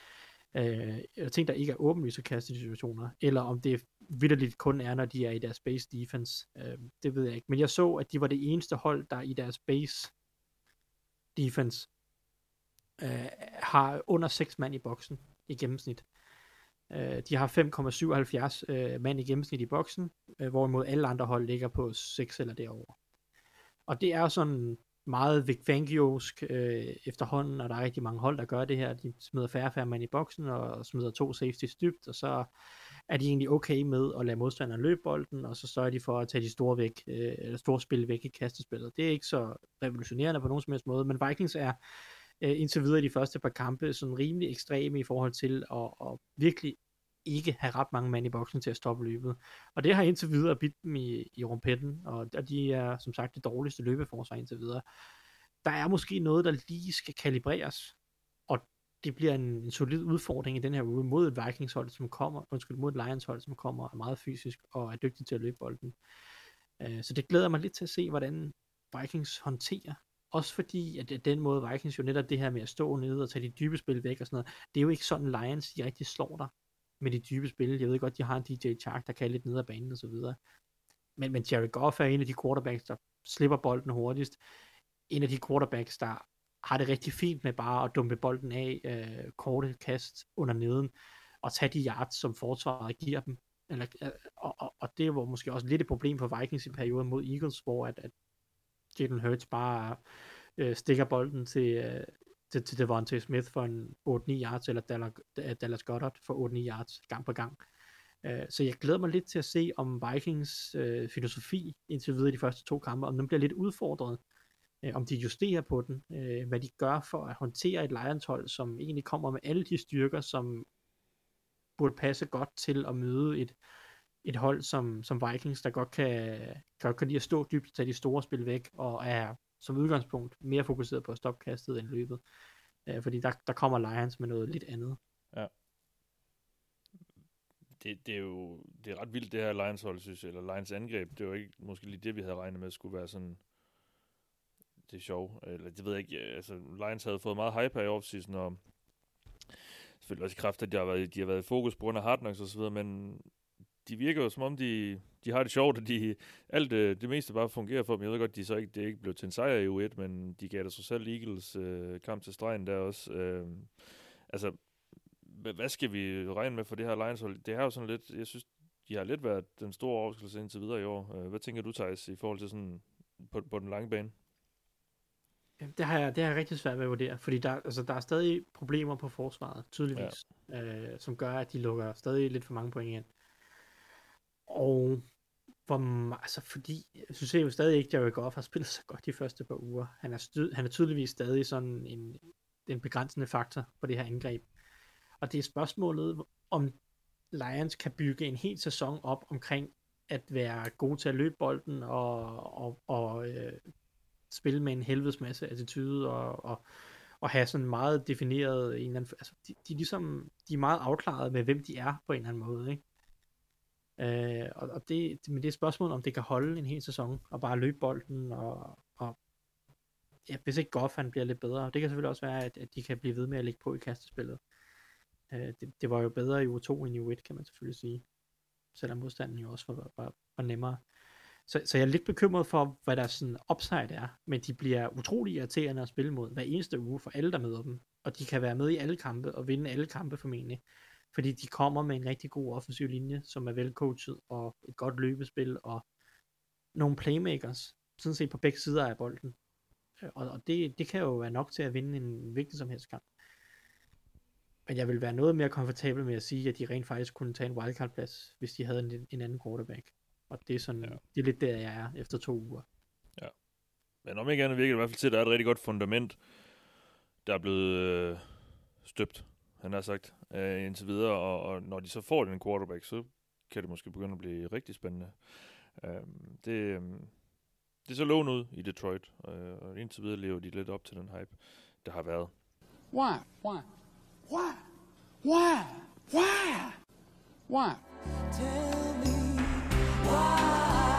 eller ting, der ikke er åbenlyse kastesituationer, eller om det vitterligt kun er, når de er i deres base defense. Det ved jeg ikke. Men jeg så, at de var det eneste hold, der i deres base defense har under 6 mand i boksen i gennemsnit. De har 5,77 mand i gennemsnit i boksen, hvorimod alle andre hold ligger på 6 eller derover. Og det er sådan meget Vic Fangiosk efterhånden, og der er rigtig mange hold, der gør det her. De smider færre mand i boksen, og smider 2 safeties dybt, og så er de egentlig okay med at lade modstanderen løbe bolden, og så sørger de for at tage de store spil væk i kastespillet. Det er ikke så revolutionerende på nogen som helst måde, men Vikings er indtil videre i de første par kampe sådan rimelig ekstreme i forhold til at virkelig ikke have ret mange mand i boksen til at stoppe løbet. Og det har indtil videre bidt dem i rumpetten, og de er som sagt det dårligste løbeforsvar indtil videre. Der er måske noget, der lige skal kalibreres, og det bliver en solid udfordring i den her uge mod et Vikings hold, som kommer, mod et Lions hold, som kommer er meget fysisk og er dygtig til at løbe bolden. Så det glæder mig lidt til at se, hvordan Vikings håndterer. Også fordi, at den måde Vikings jo netop det her med at stå nede og tage de dybe spil væk og sådan noget, det er jo ikke sådan Lions, de rigtig slår dig med de dybe spil. Jeg ved godt, de har en DJ Chark, der kan lidt ned ad banen og så videre. Men Jared Goff er en af de quarterbacks, der slipper bolden hurtigst. En af de quarterbacks, der har det rigtig fint med bare at dumpe bolden af, korte kast under neden, og tage de yards, som forsvaret giver dem. Og det var måske også lidt et problem for Vikings i perioden mod Eagles, hvor at Jalen Hurts bare stikker bolden til Devontae Smith for en 8-9 yards, eller Dallas Goedert for 8-9 yards gang på gang. Så jeg glæder mig lidt til at se, om Vikings filosofi indtil videre i de første 2 kampe, om den bliver lidt udfordret, om de justerer på den, hvad de gør for at håndtere et Lions-hold, som egentlig kommer med alle de styrker, som burde passe godt til at møde et hold som Vikings, der godt kan lide at stå dybt, tage de store spil væk, og er som udgangspunkt mere fokuseret på at stoppe kastet end løbet. Fordi der kommer Lions med noget lidt andet. Ja. Det er ret vildt, det her Lions-hold, synes jeg, eller Lions angreb. Det var ikke måske lige det, vi havde regnet med, skulle være sådan. Det er sjovt. Eller det ved jeg ikke. Altså, Lions havde fået meget hype her i offseason, og selvfølgelig også i kraft, at de har været i fokus på grund af Hard Knocks og så videre, men de virker jo som om, de har det sjovt, og alt det meste bare fungerer for dem. Jeg ved godt, det er ikke blevet til en sejr i U1, men de gav det så selv Eagles kamp til stregen der også. Altså, hvad skal vi regne med for det her Lions-hold? Det er jo sådan lidt, jeg synes, de har lidt været den store overraskelse indtil videre i år. Hvad tænker du, Theis, i forhold til sådan på den lange bane? Det har jeg rigtig svært ved at vurdere, fordi der er stadig problemer på forsvaret, tydeligvis, som gør, at de lukker stadig lidt for mange point ind. Og fordi jeg synes jo stadig ikke, at Jared Goff har spillet så godt de første par uger. Han er tydeligvis stadig sådan en begrænsende faktor på det her angreb. Og det er spørgsmålet, om Lions kan bygge en hel sæson op omkring at være gode til at løbe bolden og spille med en helvedes masse attitude og have sådan meget defineret en eller anden, altså de er meget afklaret med hvem de er på en eller anden måde, ikke? Men det er spørgsmålet, om det kan holde en hel sæson og bare løbe bolden og hvis ikke Goff han bliver lidt bedre. Det kan selvfølgelig også være, at de kan blive ved med at lægge på i kastespillet. Det var jo bedre i U2 end i U1, kan man selvfølgelig sige, selvom modstanden jo også var nemmere. Så jeg er lidt bekymret for, hvad der sådan upside er, men de bliver utrolig irriterende at spille mod hver eneste uge for alle, der møder dem. Og de kan være med i alle kampe og vinde alle kampe formentlig. Fordi de kommer med en rigtig god offensiv linje, som er velcoachet, og et godt løbespil, og nogle playmakers, sådan set på begge sider af bolden. Og det kan jo være nok til at vinde en hvilken som helst kamp. Men jeg vil være noget mere komfortabel med at sige, at de rent faktisk kunne tage en wildcard-plads, hvis de havde en anden quarterback. Og det er sådan, det er lidt der, jeg er efter 2 uger. Ja. Men om ikke andet virker det i hvert fald til, at der er et rigtig godt fundament, der er blevet støbt, han har sagt, indtil videre. Og når de så får den quarterback, så kan det måske begynde at blive rigtig spændende. Det ser så lovende ud i Detroit, og indtil videre lever de lidt op til den hype, der har været. Why? Tell me why.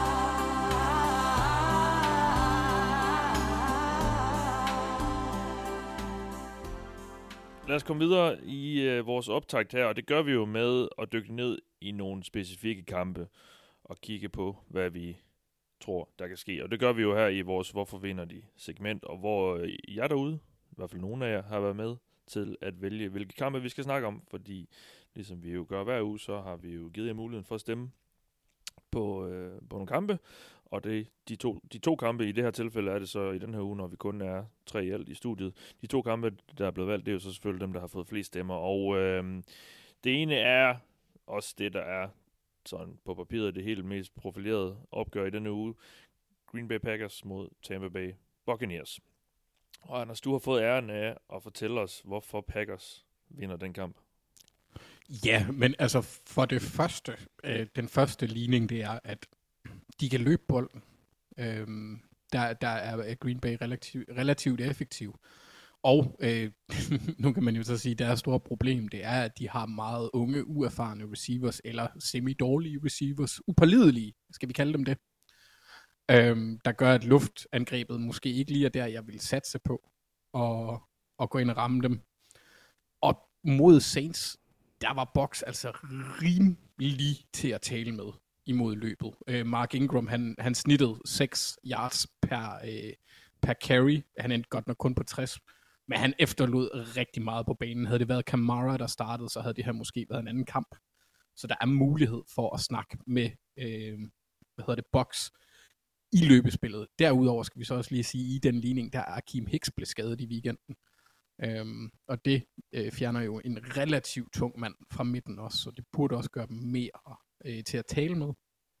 Lad os komme videre i vores optakt her, og det gør vi jo med at dykke ned i nogle specifikke kampe og kigge på, hvad vi tror, der kan ske. Og det gør vi jo her i vores Hvorfor vinder de segment, og hvor jeg derude, i hvert fald nogle af jer, har været med til at vælge, hvilke kampe vi skal snakke om, fordi ligesom vi jo gør hver uge, så har vi jo givet jer muligheden for at stemme på nogle kampe, og de to kampe i det her tilfælde er det så i den her uge, når vi kun er 3 i alt i studiet. De 2 kampe, der er blevet valgt, det er jo så selvfølgelig dem, der har fået flest stemmer, og det ene er også det, der er sådan på papiret det helt mest profilerede opgør i denne uge. Green Bay Packers mod Tampa Bay Buccaneers. Og Anders, du har fået æren af at fortælle os, hvorfor Packers vinder den kamp. Ja, men altså for det første, den første ligning, det er, at de kan løbe bolden. Der er Green Bay relativt effektiv. Og nu kan man jo så sige, at deres store problem, det er, at de har meget unge, uerfarne receivers, eller semi-dårlige receivers, upålidelige, skal vi kalde dem det. Der gør, at luftangrebet måske ikke lige er der, jeg vil satse på, og gå ind og ramme dem. Og mod Saints, der var Bucs altså rimelig til at tale med imod løbet. Mark Ingram, han snittede 6 yards per carry. Han endte godt nok kun på 60, men han efterlod rigtig meget på banen. Havde det været Kamara, der startede, så havde det her måske været en anden kamp. Så der er mulighed for at snakke med, Bucks i løbespillet. Derudover skal vi så også lige sige, i den ligning, der er Akeem Hicks blev skadet i weekenden. Og det fjerner jo en relativt tung mand fra midten også, så det burde også gøre dem mere til at tale med.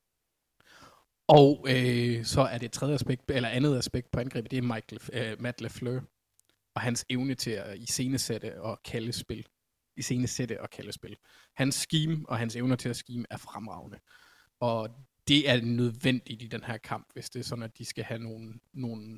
Og så er det andet aspekt på angrebet, det er Matt LaFleur og hans evne til at iscenesætte og kalde spil. Hans scheme og hans evner til at scheme er fremragende. Og det er nødvendigt i den her kamp, hvis det er sådan, at de skal have nogle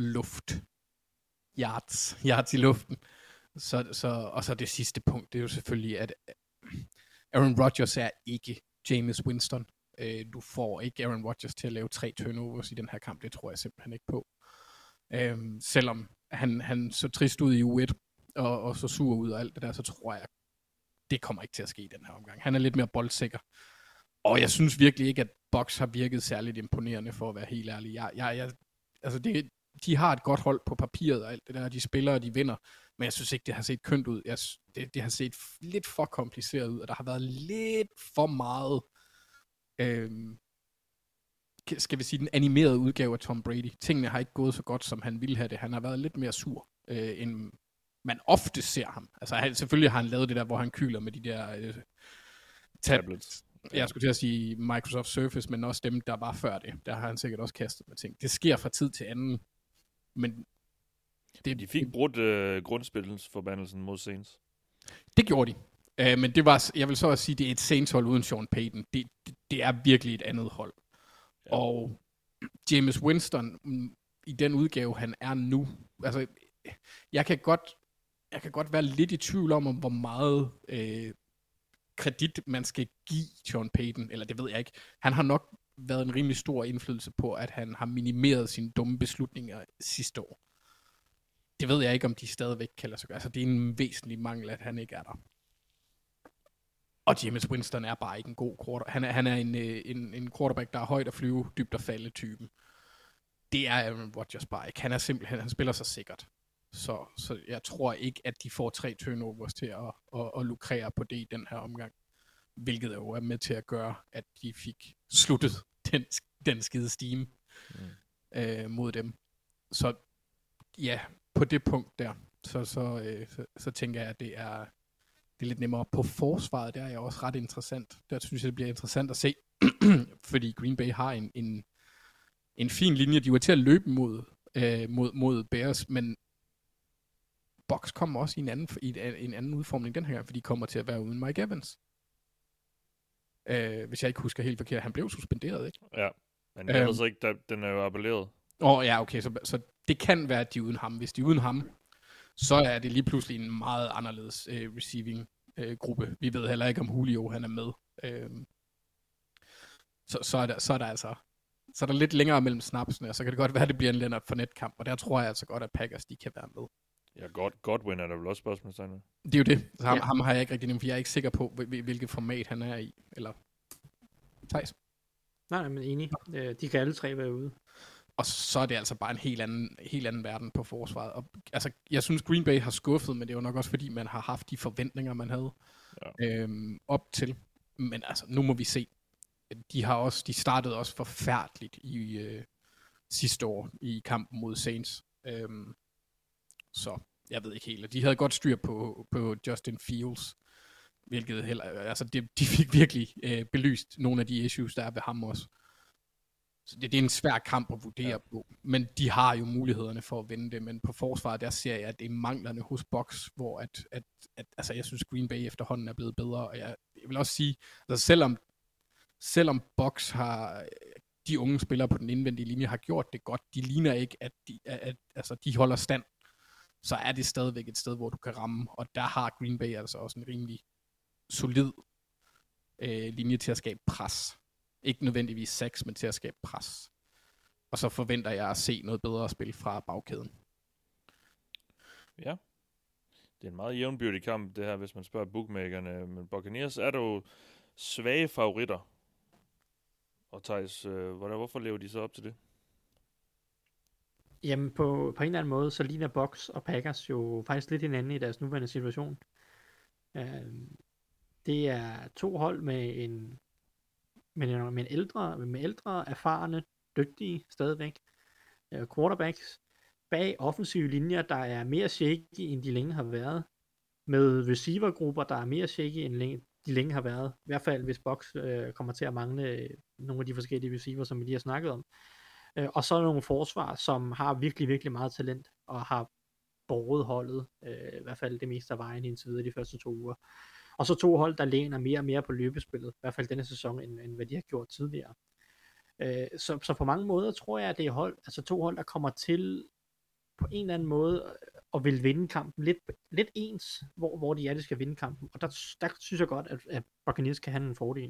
yards i luften. Og så det sidste punkt, det er jo selvfølgelig, at Aaron Rodgers er ikke Jameis Winston. Du får ikke Aaron Rodgers til at lave 3 turnovers i den her kamp, det tror jeg simpelthen ikke på. Selvom han så trist ud i U1, og så sur ud og alt det der, så tror jeg, det kommer ikke til at ske i den her omgang. Han er lidt mere boldsikker. Og jeg synes virkelig ikke, at Bucks har virket særligt imponerende, for at være helt ærlig. De har et godt hold på papiret og alt det der, de spiller og de vinder, men jeg synes ikke, det har set kønt ud. Det har set lidt for kompliceret ud, og der har været lidt for meget, skal vi sige, den animerede udgave af Tom Brady. Tingene har ikke gået så godt, som han ville have det. Han har været lidt mere sur, end man ofte ser ham. Altså selvfølgelig har han lavet det der, hvor han kyler med de der tablets. Jeg skulle til at sige Microsoft Surface, men også dem, der var før det. Der har han sikkert også kastet med ting. Det sker fra tid til anden, men de fik brudt grundspillensforbandelsen mod Saints. Det gjorde de. Men det var, jeg vil så også sige, det er et Saints-hold uden Sean Payton. Det er virkelig et andet hold. Ja. Og Jameis Winston, i den udgave, han er nu, altså, jeg kan godt være lidt i tvivl om hvor meget kredit man skal give Sean Payton, eller det ved jeg ikke. Han har nok været en rimelig stor indflydelse på, at han har minimeret sine dumme beslutninger sidste år. Det ved jeg ikke, om de stadigvæk kan lade sig gøre. Altså, det er en væsentlig mangel, at han ikke er der. Og Jameis Winston er bare ikke en god quarterback. Han er en quarterback, der er højt at flyve, dybt at falde typen. Det er Aaron Rodgers bare ikke. Han spiller sig sikkert. Så jeg tror ikke, at de får 3 turnovers til at lukrere på det i den her omgang. Hvilket jo er med til at gøre, at de fik sluttet den skide steam mod dem. Så ja, på det punkt der, så tænker jeg, at det er lidt nemmere. På forsvaret, der er jeg også ret interessant. Der synes jeg, det bliver interessant at se, fordi Green Bay har en fin linje. De var til at løbe mod Bears, men Bucks kommer også i en anden udformning den her gang, fordi de kommer til at være uden Mike Evans. Hvis jeg ikke husker helt forkert, han blev suspenderet, ikke? Ja, men jeg ved så ikke, den er jo appelleret. Ja, okay, så det kan være, at de er uden ham. Hvis de er uden ham, så er det lige pludselig en meget anderledes receiving-gruppe. Vi ved heller ikke, om Julio han er med. Så er der lidt længere mellem snapsene, og så kan det godt være, at det bliver en Leonard Fournette-kamp, og der tror jeg altså godt, at Packers de kan være med. Ja, Godwin er der vel også spørgsmålstegn. Det er jo det. Så ham har jeg ikke rigtig nævnt, for jeg er ikke sikker på, hvilket format han er i. Eller Thijs? Nej, men enig. De kan alle 3 være ude. Og så er det altså bare en helt anden verden på forsvaret. Og, altså, jeg synes, Green Bay har skuffet, men det er jo nok også, fordi man har haft de forventninger, man havde op til. Men altså, nu må vi se. De startede også forfærdeligt i sidste år i kampen mod Saints. Så jeg ved ikke helt. Og de havde godt styr på Justin Fields, hvilket de fik virkelig belyst nogle af de issues, der er ved ham også. Så det er en svær kamp at vurdere på. Men de har jo mulighederne for at vinde det. Men på forsvaret, der ser jeg, at det er manglerne hos Bucks, hvor altså, jeg synes, Green Bay efterhånden er blevet bedre. Og jeg vil også sige, altså selvom Bucks har de unge spillere på den indvendige linje har gjort det godt, de ligner ikke, at de holder stand. Så er det stadigvæk et sted, hvor du kan ramme. Og der har Green Bay altså også en rimelig solid linje til at skabe pres. Ikke nødvendigvis sex, men til at skabe pres. Og så forventer jeg at se noget bedre spil fra bagkæden. Ja. Det er en meget jævnbyrdig kamp, det her, hvis man spørger bookmakerne. Men Buccaneers er jo svage favoritter. Og Thijs, hvorfor lever de så op til det? Jamen, på en eller anden måde, så ligner Bucks og Packers jo faktisk lidt hinanden i deres nuværende situation. Det er 2 hold med en ældre, erfarne, dygtige stadigvæk quarterbacks bag offensive linjer, der er mere shaky, end de længe har været. Med receivergrupper, der er mere shaky, end de længe har været. I hvert fald, hvis Bucs kommer til at mangle nogle af de forskellige receiver, som vi lige har snakket om. Og så nogle forsvar, som har virkelig, virkelig meget talent, og har båret holdet, i hvert fald det meste af vejen indtil videre de første 2 uger. Og så 2 hold, der læner mere og mere på løbespillet, i hvert fald denne sæson, end hvad de har gjort tidligere. Så på mange måder tror jeg, at det er 2 hold, der kommer til på en eller anden måde at vil vinde kampen lidt ens, hvor de skal vinde kampen. Og der synes jeg godt, at Buccaneers kan have en fordel.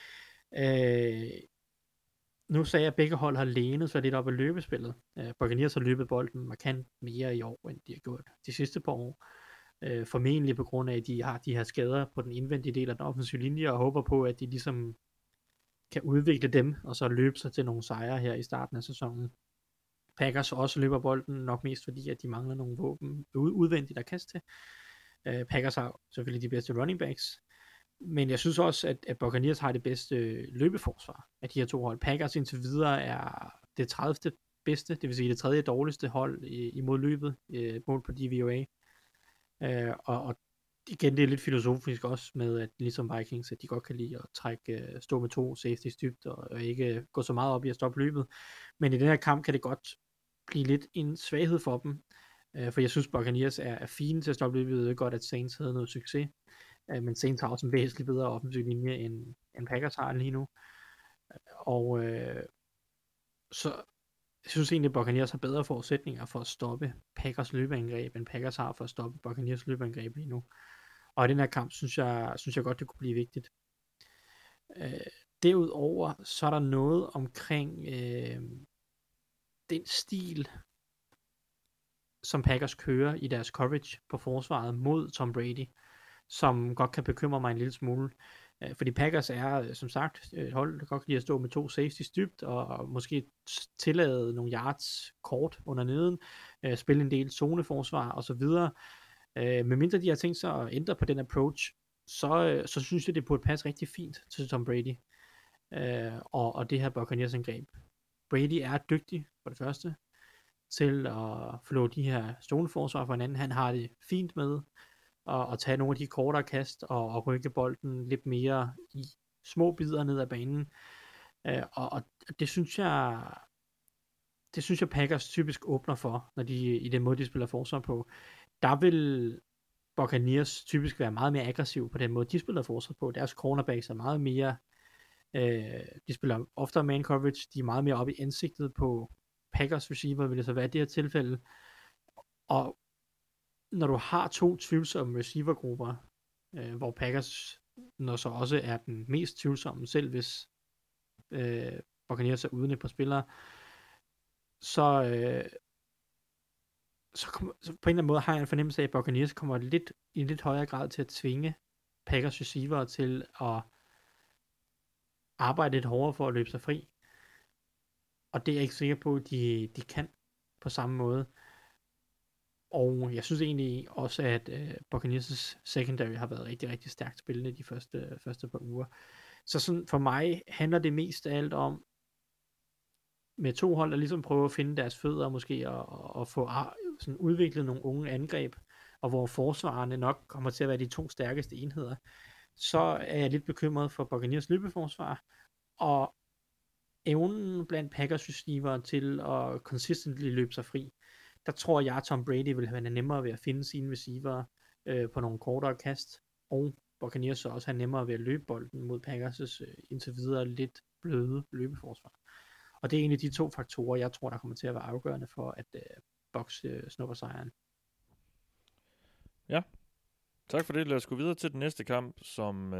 Nu sagde jeg, at begge hold har lænet sig lidt op af løbespillet. Buccaneers har løbet bolden markant mere i år, end de har gjort de sidste par år. Formentlig på grund af, at de har de her skader på den indvendige del af den offensive linje, og håber på, at de ligesom kan udvikle dem, og så løbe sig til nogle sejre her i starten af sæsonen. Packers også løber bolden, nok mest fordi, at de mangler nogle våben udvendigt at kaste til. Packers har selvfølgelig de bedste running backs, men jeg synes også, at Buccaneers har det bedste løbeforsvar af de her 2 hold. Packers indtil videre er det 30. bedste, det vil sige det 3. dårligste hold imod løbet, mål på DVOA. Og igen, det er lidt filosofisk også med, at ligesom Vikings, at de godt kan lide at stå med 2 safeties dybt, og ikke gå så meget op i at stoppe løbet. Men i den her kamp kan det godt blive lidt en svaghed for dem, for jeg synes, Buccaneers er fine til at stoppe løbet. Jeg ved godt, at Saints havde noget succes, men Saints har også en væsentligt bedre offensiv linje, end Packers har lige nu. Og så jeg synes egentlig, at Buccaneers har bedre forudsætninger for at stoppe Packers løbeangreb, end Packers har for at stoppe Buccaneers løbeangreb lige nu. Og i den her kamp, synes jeg godt, det kunne blive vigtigt. Derudover, så er der noget omkring den stil, som Packers kører i deres coverage på forsvaret mod Tom Brady, som godt kan bekymre mig en lille smule. Fordi Packers er, som sagt, et hold, der godt kan lide at stå med 2 safeties dybt, og måske tillade nogle yards kort under neden, spille en del zoneforsvar osv. Medmindre de har tænkt sig at ændre på den approach, så synes jeg, det burde passe rigtig fint til Tom Brady og det her Buccaneers angreb. Brady er dygtig, for det første, til at flå de her zoneforsvar for hinanden. Han har det fint med at tage nogle af de kortere kast og rykke bolden lidt mere i små bidder ned ad banen. Og det synes jeg Packers typisk åbner for, når de i den måde de spiller forsvar på. Der vil Buccaneers typisk være meget mere aggressiv på den måde de spiller forsvar på. Deres cornerbacks er meget mere de spiller oftere man coverage, de er meget mere oppe i ansigtet på Packers receiver, vil det så være i det her tilfælde. Og når du har 2 tvivlsomme receivergrupper, hvor Packers når så også er den mest tvivlsomme, selv hvis Buccaneers er uden et par spillere, så på en eller anden måde har jeg en fornemmelse af, at Buccaneers kommer i lidt højere grad til at tvinge Packers receiver til at arbejde lidt hårdere for at løbe sig fri. Og det er jeg ikke sikker på, at de kan på samme måde. Og jeg synes egentlig også, at Buccaneers' secondary har været rigtig, rigtig stærkt spillende de første par uger. Så sådan for mig handler det mest af alt om, med 2 hold, der ligesom prøver at finde deres fødder, måske og få sådan udviklet nogle unge angreb, og hvor forsvarerne nok kommer til at være de 2 stærkeste enheder, så er jeg lidt bekymret for Buccaneers løbeforsvar, og evnen blandt Packers receiver til at consistently løbe sig fri. Der tror jeg, at Tom Brady vil have nemmere ved at finde sine receiver på nogle kortere kast, og Buccaneers så også have nemmere ved at løbe bolden mod Packers' indtil videre lidt bløde løbeforsvar. Og det er egentlig de 2 faktorer, jeg tror, der kommer til at være afgørende for, at Bucs snupper sejren. Ja, tak for det. Lad os gå videre til den næste kamp, som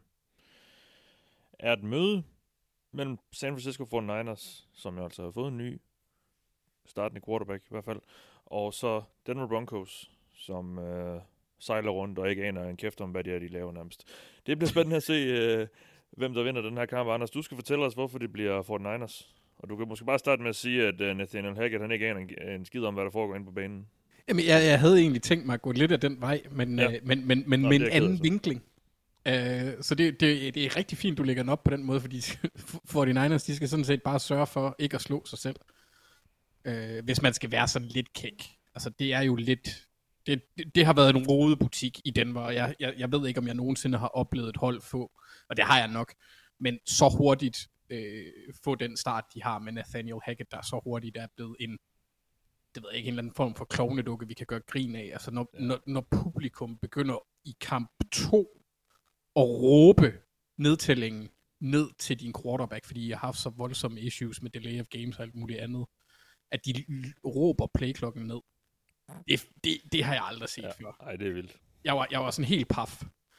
er et møde mellem San Francisco 49ers, som jo altså har fået en ny startende quarterback i hvert fald, og så Denver Broncos, som sejler rundt og ikke aner en kæft om, hvad de laver nærmest. Det bliver spændende at se, hvem der vinder den her kamp. Anders, du skal fortælle os, hvorfor det bliver 49ers. Og du kan måske bare starte med at sige, at Nathaniel Hackett, han ikke aner en skid om, hvad der foregår inde på banen. Jamen, jeg havde egentlig tænkt mig at gå lidt af den vej, men med en anden vinkling. Så det er rigtig fint, du lægger den op på den måde, fordi 49ers, de skal sådan set bare sørge for ikke at slå sig selv. Hvis man skal være sådan lidt kæk. Altså det er jo lidt... Det har været en rodet butik i Denver, og jeg ved ikke, om jeg nogensinde har oplevet et hold få, og det har jeg nok, men så hurtigt få den start, de har med Nathaniel Hackett, der så hurtigt er blevet en eller anden form for klovnedukke, vi kan gøre grin af. Altså når publikum begynder i kamp 2 at råbe nedtællingen ned til din quarterback, fordi jeg har haft så voldsomme issues med delay of games og alt muligt andet, at de råber playklokken ned. Det har jeg aldrig set før. Nej, det er vildt. Jeg var sådan helt paf.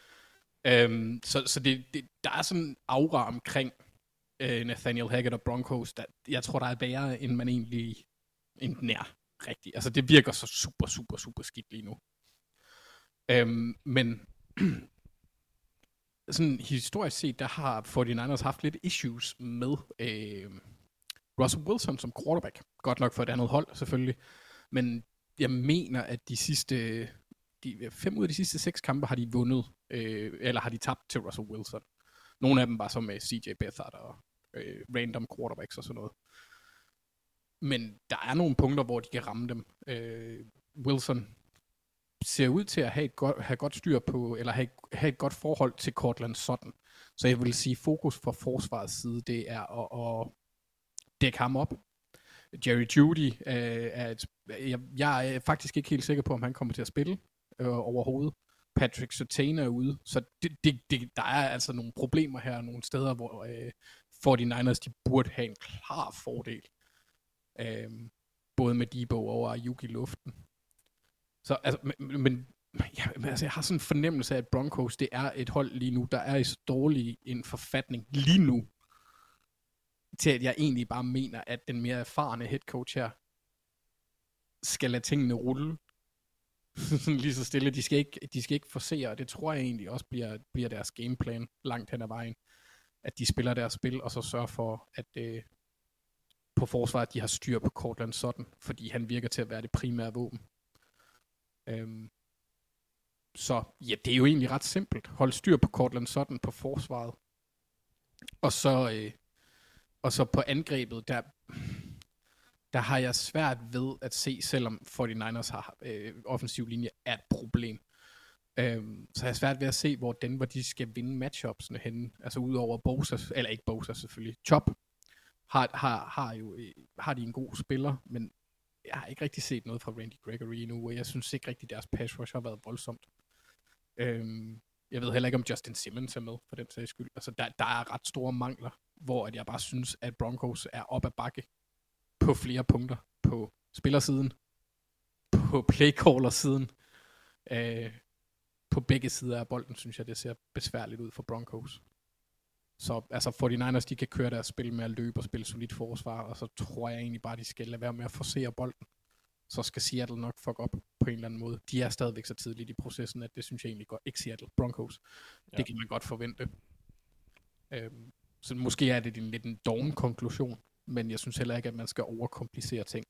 Så der er sådan en aura omkring Nathaniel Hackett og Broncos, jeg tror, der er værre, end den er rigtigt. Altså, det virker så super, super, super skidt lige nu. Men sådan historisk set, der har 49ers haft lidt issues med Russell Wilson som quarterback. Godt nok for et andet hold, selvfølgelig. Men jeg mener, at de 5 ud af de sidste 6 kampe har de vundet, eller har de tabt til Russell Wilson. Nogle af dem var så med CJ Beathard og random quarterbacks og sådan noget. Men der er nogle punkter, hvor de kan ramme dem. Wilson ser ud til at have godt styr på, eller have et godt forhold til Courtland Sutton. Så jeg vil sige, fokus fra forsvarets side, det er at dække ham op. Jerry Jeudy jeg er faktisk ikke helt sikker på, om han kommer til at spille overhovedet. Patrick Surtain er ude, så der er altså nogle problemer her, nogle steder, hvor 49ers, de burde have en klar fordel. Både med Debo og Ayuk i luften. Så altså, jeg har sådan en fornemmelse af, at Broncos, det er et hold lige nu, der er i så dårlig en forfatning lige nu, til at jeg egentlig bare mener, at den mere erfarne head coach her skal lade tingene rulle. Lige så stille. De skal ikke forsere, og det tror jeg egentlig også bliver deres gameplan langt hen ad vejen. At de spiller deres spil, og så sørger for, at på forsvaret, de har styr på Courtland Sutton, fordi han virker til at være det primære våben. Så ja, det er jo egentlig ret simpelt. Hold styr på Courtland Sutton på forsvaret. Og så på angrebet, der har jeg svært ved at se, selvom 49ers har offensiv linje er et problem. Så har jeg svært ved at se, hvor de skal vinde matchupsene henne. Altså udover Bosa, eller ikke Bosa selvfølgelig, Chop har de en god spiller, men jeg har ikke rigtig set noget fra Randy Gregory endnu, og jeg synes ikke rigtig, deres pass rush har været voldsomt. Jeg ved heller ikke, om Justin Simmons er med, for den sags skyld. Altså, der er ret store mangler, hvor at jeg bare synes, at Broncos er op ad bakke på flere punkter. På spillersiden, på playcaller-siden, på begge sider af bolden, synes jeg, det ser besværligt ud for Broncos. Så altså 49ers, de kan køre deres spil med at løbe og spille solidt forsvar, og så tror jeg egentlig bare, de skal lade være med at forsere bolden. Så skal Seattle nok fuck op på en eller anden måde. De er stadigvæk så tidligt i processen, at det synes jeg egentlig godt. Ikke Seattle, Broncos. Ja. Det kan man godt forvente. Så måske er det lidt en doven konklusion, men jeg synes heller ikke, at man skal overkomplicere ting.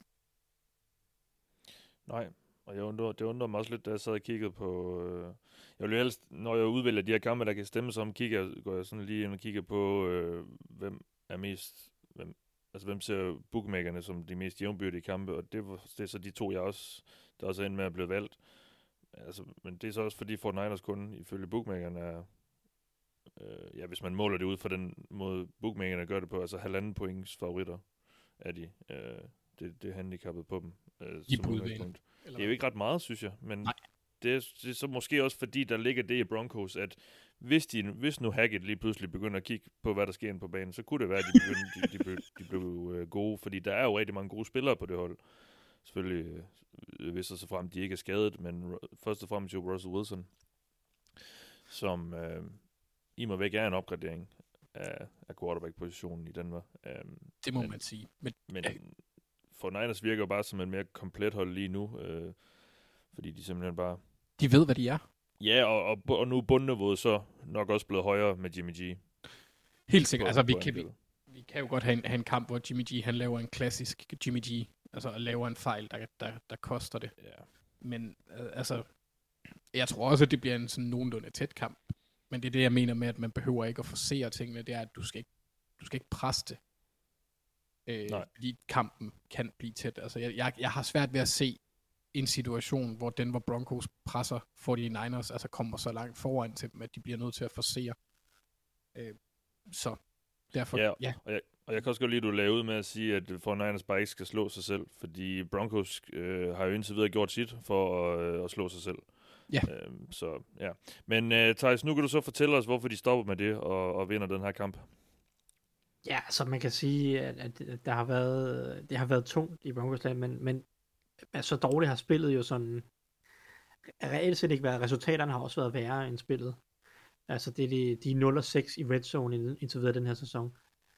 Nej, og det undrer mig også lidt, da jeg sad og kiggede på... jeg vil jo helst, når jeg udvælger de her kampe, der kan stemme som går jeg sådan lige ind og kigger på, hvem er mest... Hvem ser bookmakerne som de mest jævnbyrdige kampe, og det er så de to, der også er endt med at blive valgt. Altså, men det er så også fordi 49ers kun, ifølge bookmakerne, er... hvis man måler det ud fra den måde, bookmakerne gør det på, altså 1,5 points favoritter er de. Det er handicappet på dem. Det er jo ikke ret meget, synes jeg, men det er så måske også fordi, der ligger det i Broncos, at hvis nu Hackett lige pludselig begynder at kigge på, hvad der sker inde på banen, så kunne det være, at de blev gode, fordi der er jo rigtig mange gode spillere på det hold. Selvfølgelig, hvis og så frem de ikke er skadet, men først og fremmest jo Russell Wilson, som i mig væk er en opgradering af quarterback-positionen i Denver. Det må man sige. Men for Niners virker jo bare som en mere komplet hold lige nu, fordi de simpelthen bare... De ved, hvad de er. Ja, og nu er bundniveauet så nok også blevet højere med Jimmy G. Helt sikkert. Altså, vi kan jo godt have en kamp, hvor Jimmy G, han laver en klassisk Jimmy G, altså laver en fejl, der koster det. Ja. Men altså, jeg tror også, at det bliver en sådan nogenlunde tæt kamp. Men det er det, jeg mener med, at man behøver ikke at forsere tingene. Det er, at du skal ikke presse det. Fordi kampen kan blive tæt. Altså, jeg har svært ved at se en situation, hvor Denver Broncos presser 49ers, altså kommer så langt foran til dem, at de bliver nødt til at forsere. Så derfor, ja. Og jeg kan også godt lide, at du laver ud med at sige, at 49ers bare ikke skal slå sig selv, fordi Broncos har jo indtil videre gjort sit for at slå sig selv. Ja. Så ja. Men Theis, nu kan du så fortælle os, hvorfor de stopper med det og vinder den her kamp. Ja, så man kan sige, at det har været tungt i Broncos land, men så dårligt har spillet jo sådan reelt set ikke været. Resultaterne har også været værre end spillet. Altså de er 0-6 i red zone indtil videre den her sæson.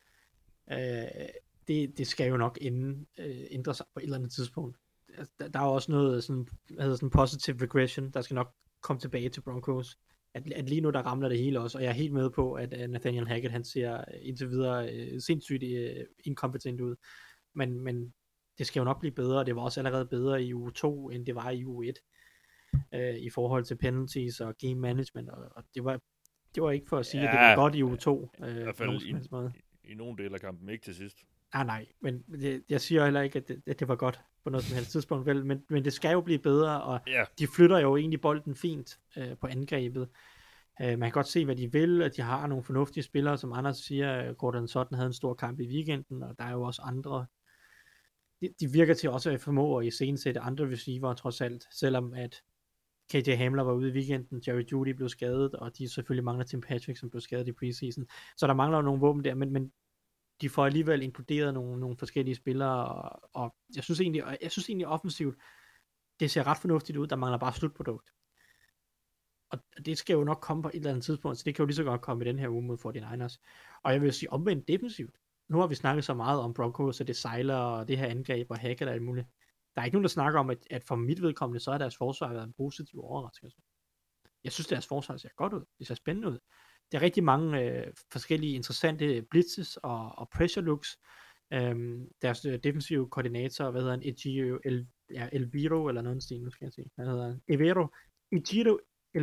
Det skal jo nok ændre sig på et eller andet tidspunkt. Der er også noget sådan positive regression, der skal nok komme tilbage til Broncos. At lige nu der ramler det hele også, og jeg er helt med på, at Nathaniel Hackett, han ser indtil videre sindssygt inkompetent ud. Men det skal jo nok blive bedre, og det var også allerede bedre i uge 2, end det var i uge 1. I forhold til penalties og game management, og det var ikke for at sige, at det var godt i uge 2. I hvert fald i nogle dele af kampen, ikke til sidst. Nej, men jeg siger heller ikke, at det var godt på noget som helst tidspunkt, vel, men det skal jo blive bedre, og de flytter jo egentlig bolden fint på angrebet. Man kan godt se, hvad de vil, at de har nogle fornuftige spillere, som Anders siger. Gordon Sutton havde en stor kamp i weekenden, og der er jo også andre. De virker til også at formå at iscenesætte andre receiver trods alt, selvom at KJ Hamler var ude i weekenden, Jerry Jeudy blev skadet, og de selvfølgelig mangler Tim Patrick, som blev skadet i preseason. Så der mangler nogle våben der, men de får alligevel inkluderet nogle forskellige spillere, og jeg synes egentlig offensivt, det ser ret fornuftigt ud, der mangler bare slutprodukt. Og det skal jo nok komme på et eller andet tidspunkt, så det kan jo lige så godt komme i den her uge mod 49ers. Og jeg vil sige omvendt defensivt. Nu har vi snakket så meget om Broncos, og det sejler, og det her angreb, og Hackett og alt muligt. Der er ikke nogen, der snakker om, at for mit vedkommende, så er deres forsvar været en positiv overraskelse. Jeg synes, deres forsvar ser godt ud. Det ser spændende ud. Der er rigtig mange forskellige interessante blitzes og pressure looks. Deres defensive koordinator, hvad hedder han, Elviro, eller noget stil, nu skal jeg se. Hvad hedder han? Ejiro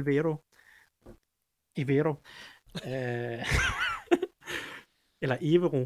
Evero. Eller Evero.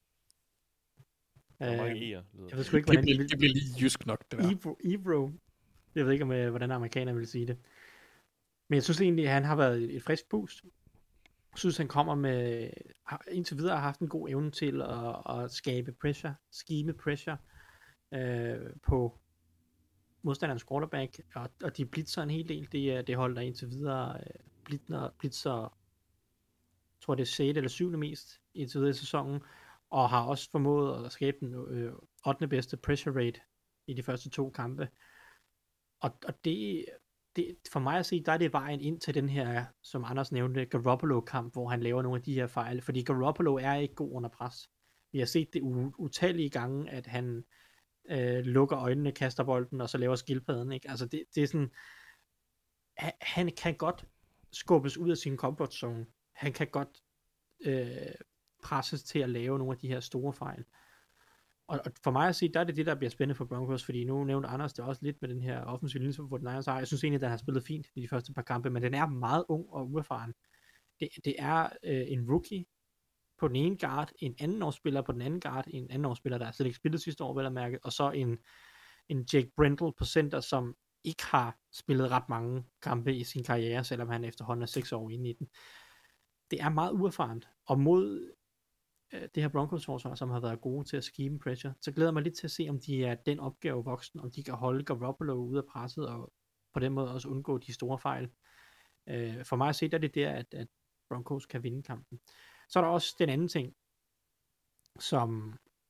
Jeg ved sgu ikke, hvordan det bliver lige jysk nok, det der. Evero. Jeg ved ikke, hvordan amerikanerne vil sige det. Men jeg synes egentlig, at han har været et frisk boost. Jeg synes, han kommer med, indtil videre har haft en god evne til at skabe pressure, scheme pressure på modstanderens quarterback, og de blitzer en hel del. Det holder indtil videre blitzer, jeg tror det er 6. eller 7. mest indtil videre i sæsonen, og har også formået at skabe den 8. bedste pressure rate i de første 2 kampe. Og det for mig at se, der er det vejen ind til den her, som Anders nævnte, Garoppolo-kamp, hvor han laver nogle af de her fejl, fordi Garoppolo er ikke god under pres. Vi har set det utallige gange, at han lukker øjnene, kaster bolden, og så laver skildpadden, ikke? Altså det er sådan, han kan godt skubbes ud af sin comfort zone. Han kan godt presses til at lave nogle af de her store fejl. Og for mig at sige, der er det, der bliver spændende for Broncos, fordi nu nævnte Anders det også lidt med den her offensive linje, hvor den har. Jeg synes egentlig, at den har spillet fint i de første par kampe, men den er meget ung og uerfaren. Det er en rookie på den ene guard, en andenårsspiller på den anden guard, en andenårsspiller, der slet ikke spillet sidste år, vel at mærke, og så en Jake Brendel på center, som ikke har spillet ret mange kampe i sin karriere, selvom han efterhånden er 6 år inde i den. Det er meget uerfarent, og mod det her Broncos-forsvar, som har været gode til at scheme pressure, så glæder jeg mig lidt til at se, om de er den opgave voksen, om de kan holde Garoppolo ude af presset, og på den måde også undgå de store fejl. For mig at se, der er det der, at Broncos kan vinde kampen. Så er der også den anden ting, som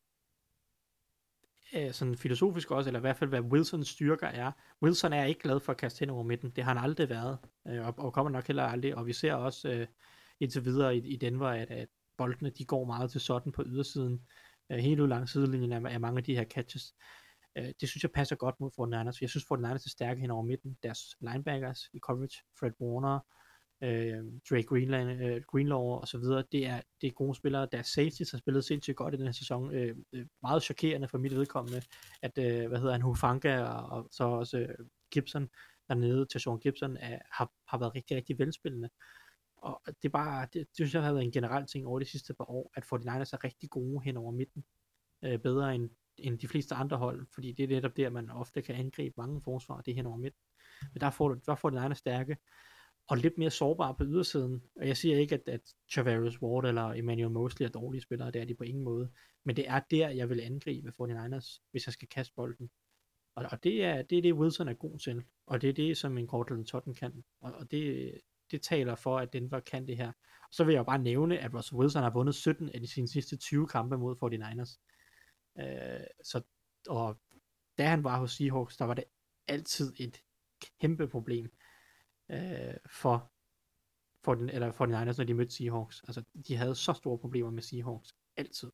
sådan filosofisk også, eller i hvert fald hvad Wilsons styrker er. Wilson er ikke glad for at kaste hen over midten. Det har han aldrig været, og kommer nok heller aldrig. Og vi ser også indtil videre i Denver, at boldene, de går meget til Sutton på ydersiden. Helt ud langs sidelinjen er mange af de her catches. Det synes jeg passer godt mod 49ers. Jeg synes 49ers er stærke hen over midten. Deres linebackers i coverage, Fred Warner, Drake Greenlaw og så videre, det er gode spillere. Deres safeties har spillet sindssygt godt i den her sæson. Meget chokerende for mit vedkommende, at Hufanga og så også Gibson dernede, Tashawn Gibson, har været rigtig, rigtig velspillende. Og det er bare, det synes jeg har været en generel ting over de sidste par år, at 49ers er rigtig gode hen over midten. Bedre end de fleste andre hold, fordi det er netop der, man ofte kan angribe mange forsvar, det er hen over midten. Men der får 49ers stærke, og lidt mere sårbare på ydersiden. Og jeg siger ikke, at Charvarius Ward eller Emmanuel Mosley er dårlige spillere, det er de på ingen måde. Men det er der, jeg vil angribe 49ers, hvis jeg skal kaste bolden. Og det er det, Wilson er god til. Og det er det, som en Courtland Sutton kan. Og det taler for, at Denver kan det her. Og så vil jeg jo bare nævne, at Russell Wilson har vundet 17 af sine sidste 20 kampe mod 49ers. Og da han var hos Seahawks, der var det altid et kæmpe problem for 49ers, når de mødte Seahawks. Altså, de havde så store problemer med Seahawks. Altid.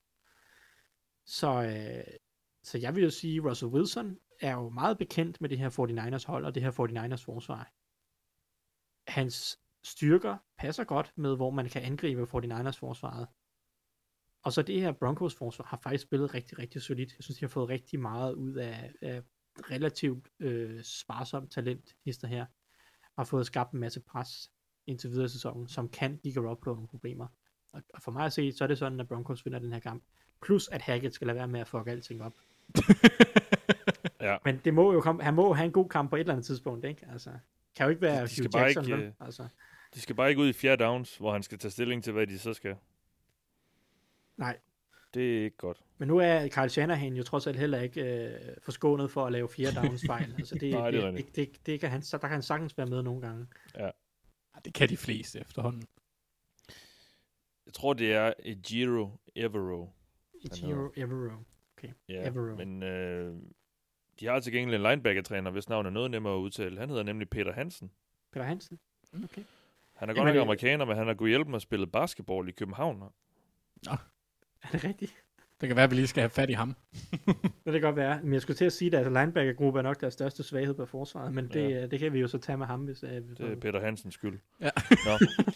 Så jeg vil jo sige, at Russell Wilson er jo meget bekendt med det her 49ers hold, og det her 49ers forsvar. Hans styrker passer godt med, hvor man kan angribe 49ers forsvaret. Og så det her Broncos forsvar har faktisk spillet rigtig, rigtig solidt. Jeg synes, de har fået rigtig meget ud af relativt sparsomt talent, hister her. Har fået skabt en masse pres indtil videre i sæsonen, som kan give Garoppolo nogle problemer. Og for mig at se, så er det sådan, at Broncos vinder den her kamp. Plus at Hackett skal lade være med at fuck alting op. Ja. Men det må jo han må have en god kamp på et eller andet tidspunkt, ikke? Altså, kan jo ikke være Hugh Jackson, vel? Altså. De skal bare ikke ud i 4 downs, hvor han skal tage stilling til, hvad de så skal. Nej. Det er ikke godt. Men nu er Kyle Shanahan jo trods alt heller ikke forskånet for at lave 4 downs fejl. Altså Nej, det kan han, der kan han sagtens være med nogle gange. Ja. Det kan de fleste efterhånden. Jeg tror, det er Ejiro Evero. Okay. Ja, Evero. men de har til gengæld en linebacker-træner, hvis navn er noget nemmere at udtale. Han hedder nemlig Peter Hansen. Peter Hansen? Okay. Han er godt nok amerikaner, men han har kunnet hjælpe mig at spille basketball i København. Nå. Er det rigtigt? Det kan være, at vi lige skal have fat i ham. Det kan godt være. Men jeg skulle til at sige, at linebacker-gruppe er nok deres største svaghed på forsvaret, men det kan vi jo så tage med ham, hvis det er Peter Hansens skyld. Ja. Nå.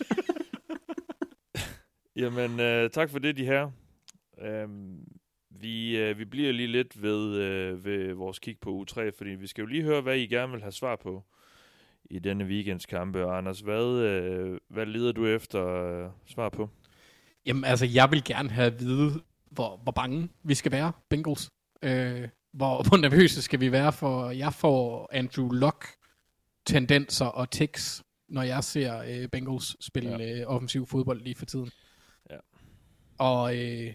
Jamen, tak for det, de her. Vi bliver lige lidt ved vores kig på uge 3, fordi vi skal jo lige høre, hvad I gerne vil have svar på i denne weekends kampe. Og Anders, hvad leder du efter svar på? Jamen, altså, jeg vil gerne have at vide, hvor bange vi skal være, Bengals. Hvor nervøse skal vi være, for jeg får Andrew Luck tendenser og tics, når jeg ser Bengals spille offensiv fodbold lige for tiden. Ja. Og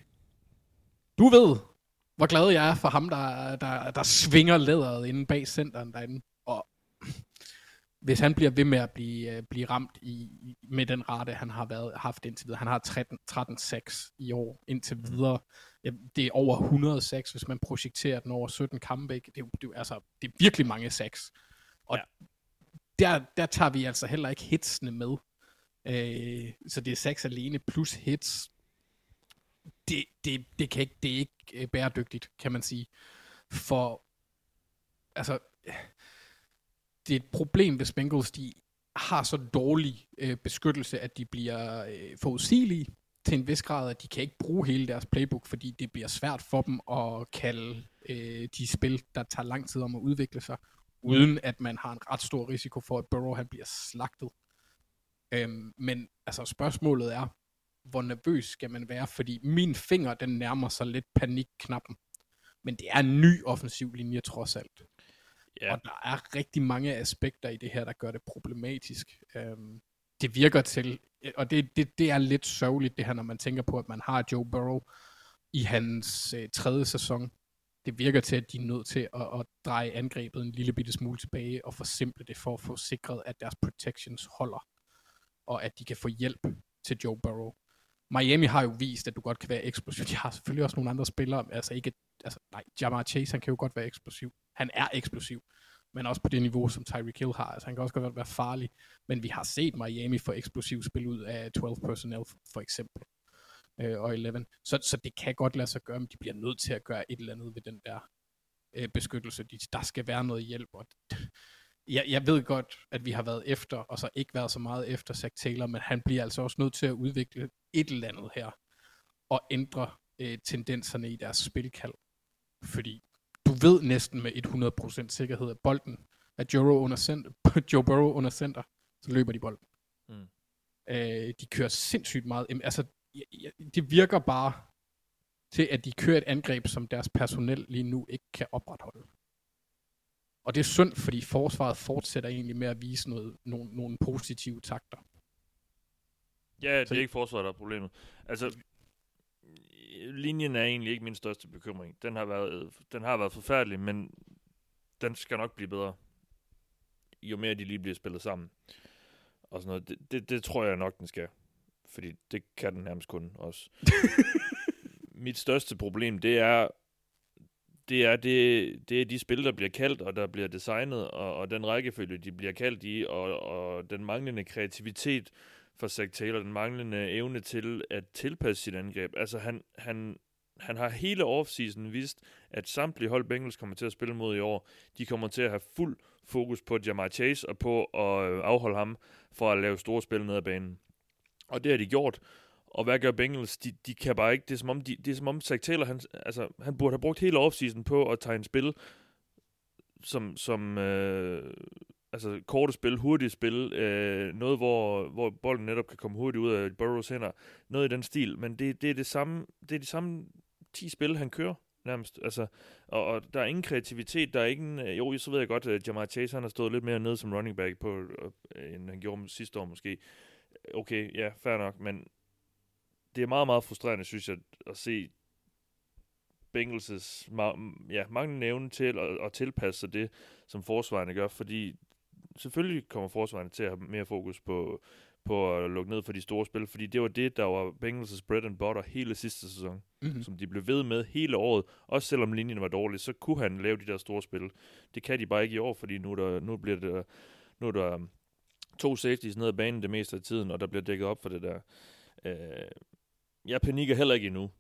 du ved, hvor glad jeg er for ham, der svinger læderet inde bag centeren derinde. Og hvis han bliver ved med at blive ramt med den rate, han har haft indtil videre. Han har 13 sacks i år indtil videre. Ja, det er over 100 sacks, hvis man projekterer den over 17 kampe. Det er virkelig mange sacks. Og der tager vi altså heller ikke hitsene med. Så det er sacks alene plus hits. Det er ikke bæredygtigt, kan man sige. For altså, det er et problem, hvis Bengals de har så dårlig beskyttelse, at de bliver forudsigelige til en vis grad, at de kan ikke bruge hele deres playbook, fordi det bliver svært for dem at kalde de spil, der tager lang tid om at udvikle sig, uden at man har en ret stor risiko for, at Burrow han bliver slagtet. Men altså spørgsmålet er, hvor nervøs skal man være, fordi min finger, den nærmer sig lidt panikknappen. Men det er en ny offensiv linje trods alt. Yeah. Og der er rigtig mange aspekter i det her, der gør det problematisk. Det virker til, og det er lidt sørgeligt det her, når man tænker på, at man har Joe Burrow i hans 3. sæson. Det virker til, at de er nødt til at dreje angrebet en lille bitte smule tilbage og forsimple det for at få sikret, at deres protections holder, og at de kan få hjælp til Joe Burrow. Miami har jo vist, at du godt kan være eksplosiv. De har selvfølgelig også nogle andre spillere. Ja'Marr Chase, han kan jo godt være eksplosiv. Han er eksplosiv, men også på det niveau, som Tyreek Hill har. Altså, han kan også godt være farlig. Men vi har set Miami få eksplosiv spil ud af 12 personnel, for eksempel. Og 11. Så det kan godt lade sig gøre, men de bliver nødt til at gøre et eller andet ved den der beskyttelse. Der skal være noget hjælp. Og jeg ved godt, at vi har været efter, og så ikke været så meget efter Zach Taylor, men han bliver altså også nødt til at udvikle et eller andet her, og ændre tendenserne i deres spilkald. Fordi du ved næsten med 100% sikkerhed, at bolden, at Joe Burrow under center, så løber de bolden. De kører sindssygt meget. Altså, det virker bare til, at de kører et angreb, som deres personel lige nu ikke kan opretholde. Og det er synd, fordi forsvaret fortsætter egentlig med at vise nogle positive takter. Ja, det er ikke forsvaret, der er problemet. Altså, linjen er egentlig ikke min største bekymring. Den har været forfærdelig, men den skal nok blive bedre. Jo mere de lige bliver spillet sammen. Og sådan noget. Det tror jeg nok, den skal. Fordi det kan den nærmest kun også. Mit største problem, det er de spil, der bliver kaldt, og der bliver designet, og den rækkefølge, de bliver kaldt i, og den manglende kreativitet for Zac Taylor, den manglende evne til at tilpasse sit angreb. Altså, han har hele offseason vist, at samtlige hold Bengals kommer til at spille mod i år. De kommer til at have fuld fokus på Ja'Marr Chase og på at afholde ham for at lave store spil ned ad banen. Og det har de gjort. Og hvad gør Bengals? De kan bare ikke. Det er som om Zac Taylor, han burde have brugt hele offseason på at tegne spil, som korte spil, hurtige spil, noget, hvor bolden netop kan komme hurtigt ud af Burrows hænder. Noget i den stil. Men det er de samme 10 spil, han kører nærmest. Altså, og der er ingen kreativitet, der er ingen... Jo, så ved jeg godt, at Ja'Marr Chase, han har stået lidt mere nede som running back på, end han gjorde sidste år måske. Okay, ja, fair nok, men det er meget, meget frustrerende, synes jeg, at se Bengals' manglende evne til at tilpasse sig det, som forsvarerne gør, fordi selvfølgelig kommer forsvarerne til at have mere fokus på at lukke ned for de store spil, fordi det var det, der var Bengals' bread and butter hele sidste sæson, som de blev ved med hele året, også selvom linjen var dårlig, så kunne han lave de der store spil. Det kan de bare ikke i år, fordi nu er der 2 safeties ned ad banen det meste af tiden, og der bliver dækket op for det der. Jeg panikker heller ikke endnu.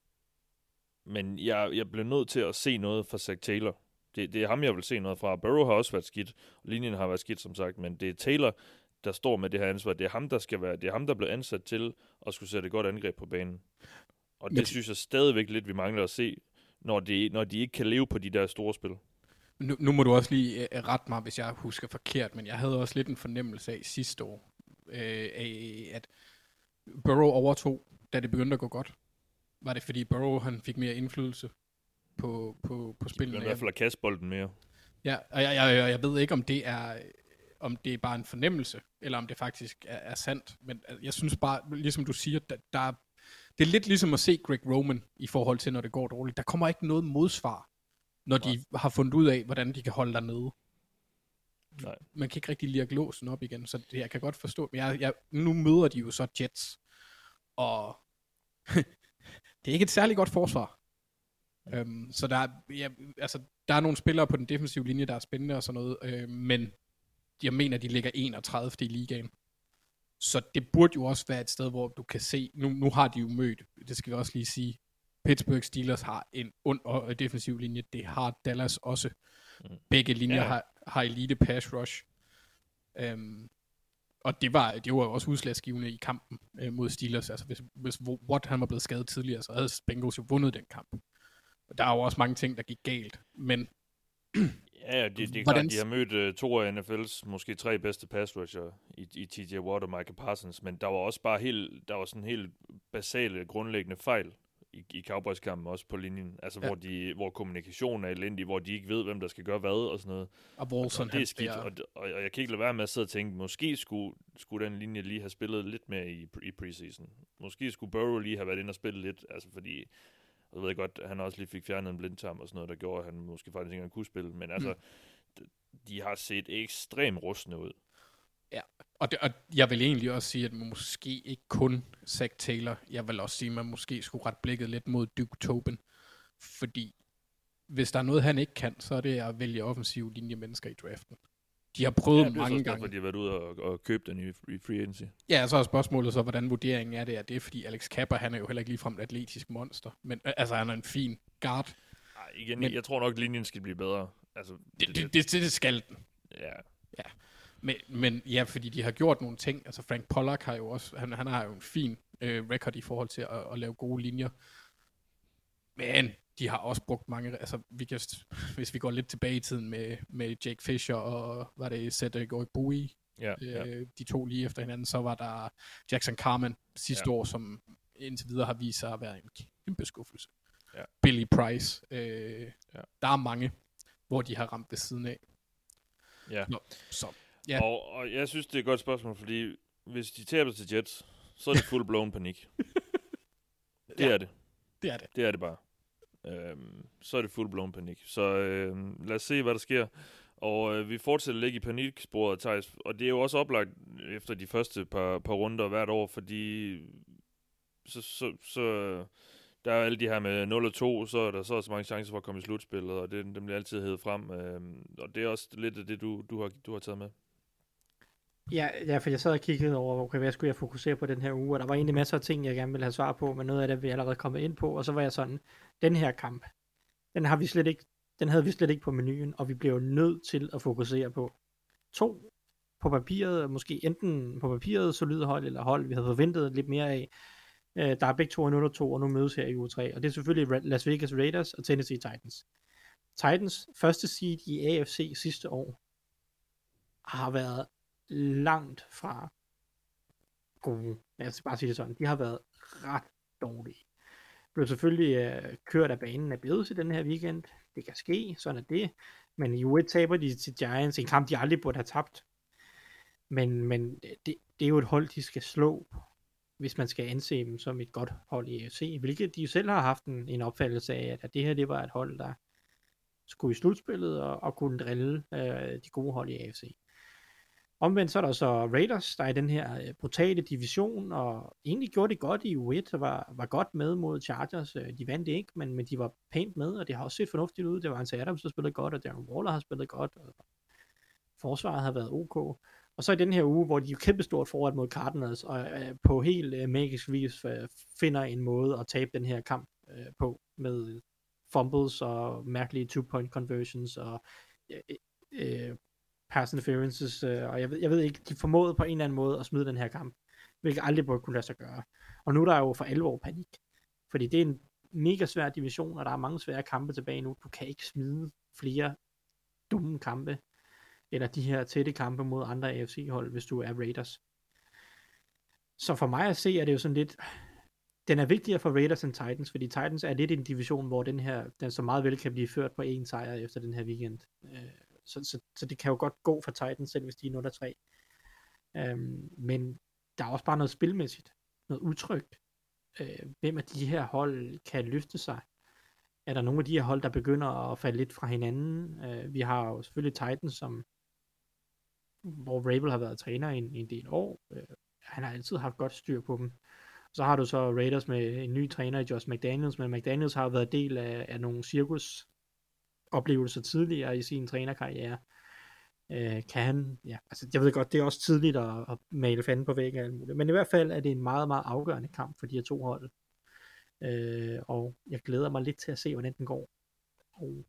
Men jeg bliver nødt til at se noget fra Zac Taylor. Det er ham, jeg vil se noget fra. Burrow har også været skidt, og linjen har været skidt, som sagt, men det er Taylor, der står med det her ansvar. Det er ham, det er ham, der blev ansat til at skulle sætte et godt angreb på banen. Og det synes jeg stadigvæk lidt, vi mangler at se, når de ikke kan leve på de der store spil. Nu må du også lige rette mig, hvis jeg husker forkert, men jeg havde også lidt en fornemmelse af sidste år, at Burrow overtog, da det begyndte at gå godt. Var det fordi Burrow han fik mere indflydelse på spillene? I hvert fald at kaste bolden mere. Ja, og jeg ved ikke, om det er bare en fornemmelse, eller om det faktisk er sandt. Men jeg synes bare, ligesom du siger, det er lidt ligesom at se Greg Roman i forhold til, når det går dårligt. Der kommer ikke noget modsvar, når de har fundet ud af, hvordan de kan holde dig nede. Nej. Man kan ikke rigtig lirke låsen op igen, så det, jeg kan godt forstå. Men nu møder de jo så Jets, og det er ikke et særligt godt forsvar. Så der er nogle spillere på den defensive linje, der er spændende og sådan noget, men jeg mener, de ligger 31. i ligaen. Så det burde jo også være et sted, hvor du kan se, nu har de jo mødt, det skal vi også lige sige, Pittsburgh Steelers har en ond defensiv linje, det har Dallas også. Begge linjer har elite pass rush. Og det var jo også udslagsgivende i kampen mod Steelers. Altså hvis Watt han var blevet skadet tidligere, så havde Bengals jo vundet den kamp. Og der er jo også mange ting, der gik galt. Men ja, det er klart, de har mødt 2 af NFL's måske 3 bedste pass rusher i TJ Watt og Micah Parsons, men der var også bare sådan helt basale, grundlæggende fejl i Cowboys-kampen også på linjen, altså hvor kommunikationen er elendig, hvor de ikke ved, hvem der skal gøre hvad og sådan noget. Og Wilson, det er skidt, og jeg kan ikke lade være med at sidde og tænke, måske skulle den linje lige have spillet lidt mere i preseason. Måske skulle Burrow lige have været inde og spille lidt, altså fordi, jeg ved godt, han også lige fik fjernet en blindtarm og sådan noget, der gjorde, at han måske faktisk ikke engang kunne spille, men altså, de har set ekstremt rustne ud. Ja, og jeg vil egentlig også sige, at man måske ikke kun Zac Taylor, jeg vil også sige, at man måske skulle rette blikket lidt mod Duke Tobin, fordi hvis der er noget, han ikke kan, så er det at vælge offensive linjemennesker i draften. De har prøvet mange gange. De har været ude og købe den i free agency. Ja, så er spørgsmålet så, hvordan vurderingen er det, at det er, fordi Alex Capper, han er jo heller ikke ligefrem et atletisk monster, men altså han er en fin guard. Nej, igen, men jeg tror nok, at linjen skal blive bedre. Altså, det skal den. Ja. Men ja, fordi de har gjort nogle ting. Altså Frank Pollack har jo også, han har jo en fin record i forhold til at lave gode linjer. Men de har også brugt mange, altså hvis vi går lidt tilbage i tiden med Jake Fisher og var det Cedric Ogbuehi, De to lige efter hinanden. Så var der Jackson Carman sidste år, som indtil videre har vist sig at være en kæmpe skuffelse. Ja. Billy Price. Der er mange, hvor de har ramt ved siden af. Ja. Så, og jeg synes, det er et godt spørgsmål, fordi hvis de taber til Jets, så er det full-blown panik. Det er det. Det er det bare. Så er det full-blown panik. Så lad os se, hvad der sker. Og vi fortsætter lidt i paniksporet, Thijs. Og det er jo også oplagt efter de første par runder hvert år, fordi så der er alle de her med 0 og 2, så er der så mange chancer for at komme i slutspillet, og dem bliver altid hævet frem. Og det er også lidt af det, du har taget med. Ja, for jeg sad og kiggede over, okay, hvad skulle jeg fokusere på den her uge, og der var egentlig masser af ting, jeg gerne ville have svar på, men noget af det vi allerede kommet ind på, og så var jeg sådan, den her kamp, den havde vi slet ikke på menuen, og vi blev nødt til at fokusere på 2 på papiret, måske enten på papiret solide hold, eller hold, vi havde forventet lidt mere af. Der er begge 2 0 og 2, og nu mødes her i uge 3, og det er selvfølgelig Las Vegas Raiders og Tennessee Titans. Titans første seed i AFC sidste år har været langt fra gode. Jeg skal bare sige det sådan. De har været ret dårlige. Blev selvfølgelig kørt af banen af Bills i den her weekend. Det kan ske, sådan er det. Men i U1 taber de til Giants, en kamp de aldrig burde have tabt. Men det er jo et hold, de skal slå, hvis man skal anse dem som et godt hold i AFC, hvilket de jo selv har haft en opfattelse af, at det her det var et hold, der skulle i slutspillet og kunne drille de gode hold i AFC. Omvendt så er der så Raiders, der er i den her brutale division, og egentlig gjorde det godt i U1, og var godt med mod Chargers. De vandt ikke, men de var pænt med, og det har også set fornuftigt ud. Det var Anthony Adams, der spillede godt, og Darren Waller har spillet godt, og forsvaret har været ok. Og så i den her uge, hvor de jo kæmpestort forret mod Cardinals, og på helt magisk vis finder en måde at tabe den her kamp på, med fumbles og mærkelige 2-point conversions, og pass interferences, og jeg ved ikke, de formåede på en eller anden måde at smide den her kamp, hvilket aldrig burde kunne lade sig gøre. Og nu er der jo for alvor panik, fordi det er en mega svær division, og der er mange svære kampe tilbage nu. Du kan ikke smide flere dumme kampe, eller de her tætte kampe mod andre AFC-hold, hvis du er Raiders. Så for mig at se, er det jo sådan lidt, den er vigtigere for Raiders end Titans, fordi Titans er lidt en division, hvor den så meget vel kan blive ført på en sejr efter den her weekend. Så det kan jo godt gå for Titans, selv hvis de er 0-3. Men der er også bare noget spilmæssigt, noget utrygt. Hvem af de her hold kan løfte sig? Er der nogle af de her hold, der begynder at falde lidt fra hinanden? Vi har jo selvfølgelig Titans, hvor Vrabel har været træner i en del år. Han har altid haft godt styr på dem. Så har du så Raiders med en ny træner i Josh McDaniels, men McDaniels har været del af nogle cirkusoplevelser tidligere i sin trænerkarriere. Kan han, altså jeg ved godt, det er også tidligt at male fanden på væggen og alt muligt, men i hvert fald er det en meget, meget afgørende kamp for de her 2 hold. Og jeg glæder mig lidt til at se, hvordan den går. Og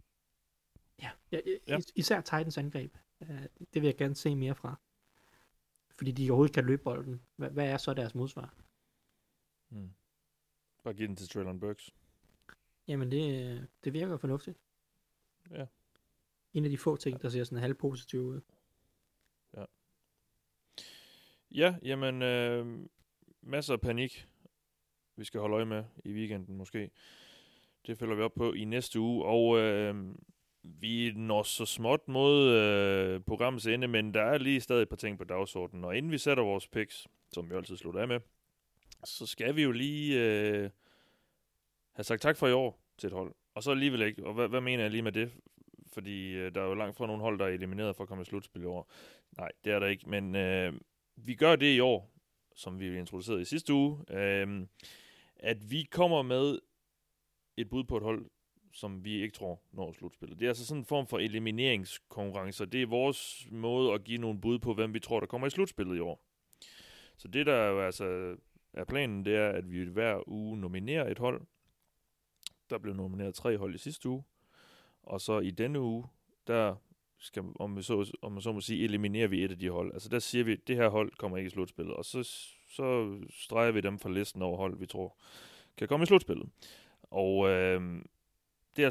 især Titans angreb. Det vil jeg gerne se mere fra. Fordi de overhovedet kan løbe bolden. Hvad er så deres modsvar? Bare give den til Treylon Burks. Jamen det virker fornuftigt. Ja. En af de få ting, der ser sådan halvpositiv ud. Ja, jamen masser af panik. Vi skal holde øje med i weekenden måske. Det følger vi op på i næste uge. Og vi når så småt mod programmets ende, men der er lige stadig et par ting på dagsordenen. Og inden vi sætter vores picks, som vi altid slutter af med, så skal vi jo lige have sagt tak for i år til et hold. Og så alligevel ikke. Og hvad mener jeg lige med det? Fordi der er jo langt fra nogle hold, der er elimineret for at komme i slutspil i år. Nej, det er der ikke. Men vi gør det i år, som vi introducerede i sidste uge, at vi kommer med et bud på et hold, som vi ikke tror når slutspillet. Det er altså sådan en form for elimineringskonkurrence. Det er vores måde at give nogle bud på, hvem vi tror, der kommer i slutspillet i år. Så det, der jo altså er planen, det er, at vi hver uge nominerer et hold. Der blev nomineret 3 hold i sidste uge. Og så i denne uge, der skal, om man så må sige, eliminerer vi et af de hold. Altså der siger vi, at det her hold kommer ikke i slutspillet. Og så streger vi dem fra listen over hold, vi tror kan komme i slutspillet. Og det er altså det.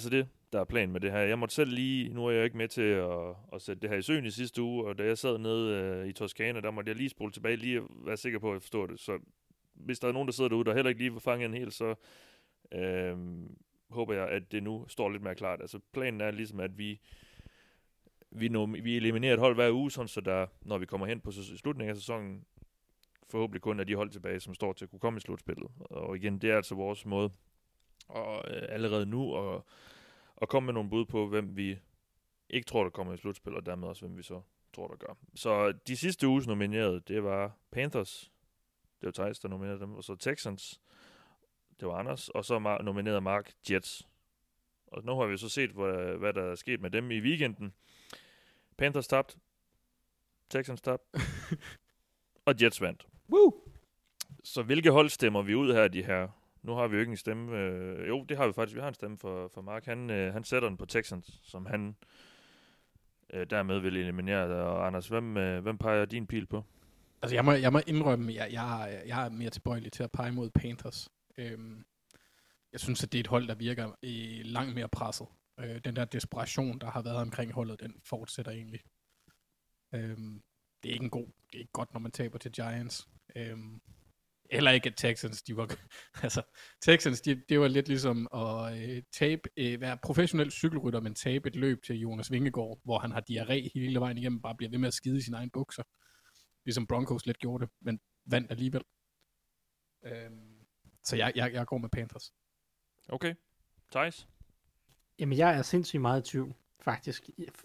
der er planen med det her. Jeg måtte selv lige, nu er jeg ikke med til at sætte det her i søen i sidste uge, og da jeg sad nede i Toscana, der måtte jeg lige spole tilbage, lige at være sikker på, at jeg forstår det. Så hvis der er nogen, der sidder derude, der heller ikke lige vil fange en hel, så håber jeg, at det nu står lidt mere klart. Altså planen er ligesom, at vi eliminerer et hold hver uge, sådan så der, når vi kommer hen på slutningen af sæsonen, forhåbentlig kun er de hold tilbage, som står til at kunne komme i slutspillet. Og igen, det er altså vores måde og allerede nu at komme med nogle bud på, hvem vi ikke tror, der kommer i slutspil, og dermed også, hvem vi så tror, der gør. Så de sidste uges nominerede, det var Panthers, det var Thijs, der nominerede dem, og så Texans, det var Anders, og så nominerede Mark Jets. Og nu har vi så set, hvad der er sket med dem i weekenden. Panthers tabt, Texans tabt, og Jets vandt. Woo! Så hvilke hold stemmer vi ud her, de her? Nu har vi jo ikke en stemme. Jo, det har vi faktisk. Vi har en stemme for Mark. Han sætter den på Texans, som han dermed vil eliminere. Og Anders, hvem peger din pil på? Altså, jeg må indrømme, jeg er mere tilbøjelig til at pege mod Panthers. Jeg synes, at det er et hold, der virker langt mere presset. Den der desperation, der har været omkring holdet, den fortsætter egentlig. Det er ikke godt, når man taber til Giants. Heller ikke, at Texans, Texans, det var lidt ligesom at være professionel cykelrytter, men tabe et løb til Jonas Vingegaard, hvor han har diarré hele vejen igennem, bare bliver ved med at skide i sine egne bukser. Ligesom Broncos lidt gjorde det, men vandt alligevel. Så jeg går med Panthers. Okay. Thijs? Jamen, jeg er sindssygt meget i tvivl, faktisk.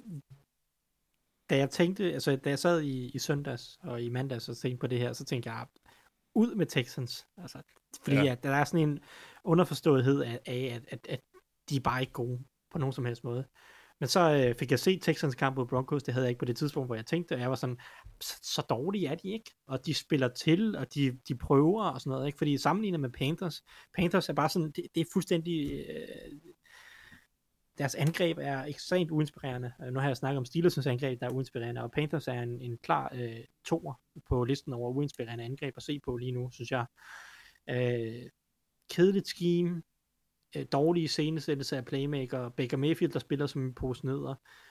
Da jeg sad i søndags og i mandags og tænkte på det her, så tænkte jeg, ud med Texans. Altså, fordi at der er sådan en underforståethed af at de er bare ikke gode på nogen som helst måde. Men så fik jeg set Texans kamp mod Broncos, det havde jeg ikke på det tidspunkt, hvor jeg tænkte, og jeg var sådan, så dårlige er de ikke, og de spiller til, og de prøver og sådan noget, ikke? Fordi sammenlignet med Panthers er bare sådan, det er fuldstændig, deres angreb er ekstremt uinspirerende. Nu har jeg snakket om Steelers' angreb, der er uinspirerende, og Panthers er en klar toer på listen over uinspirerende angreb at se på lige nu, synes jeg. Kedeligt scheme, dårlige iscenesættelse af playmaker, Baker Mayfield, der spiller som en pose nødder.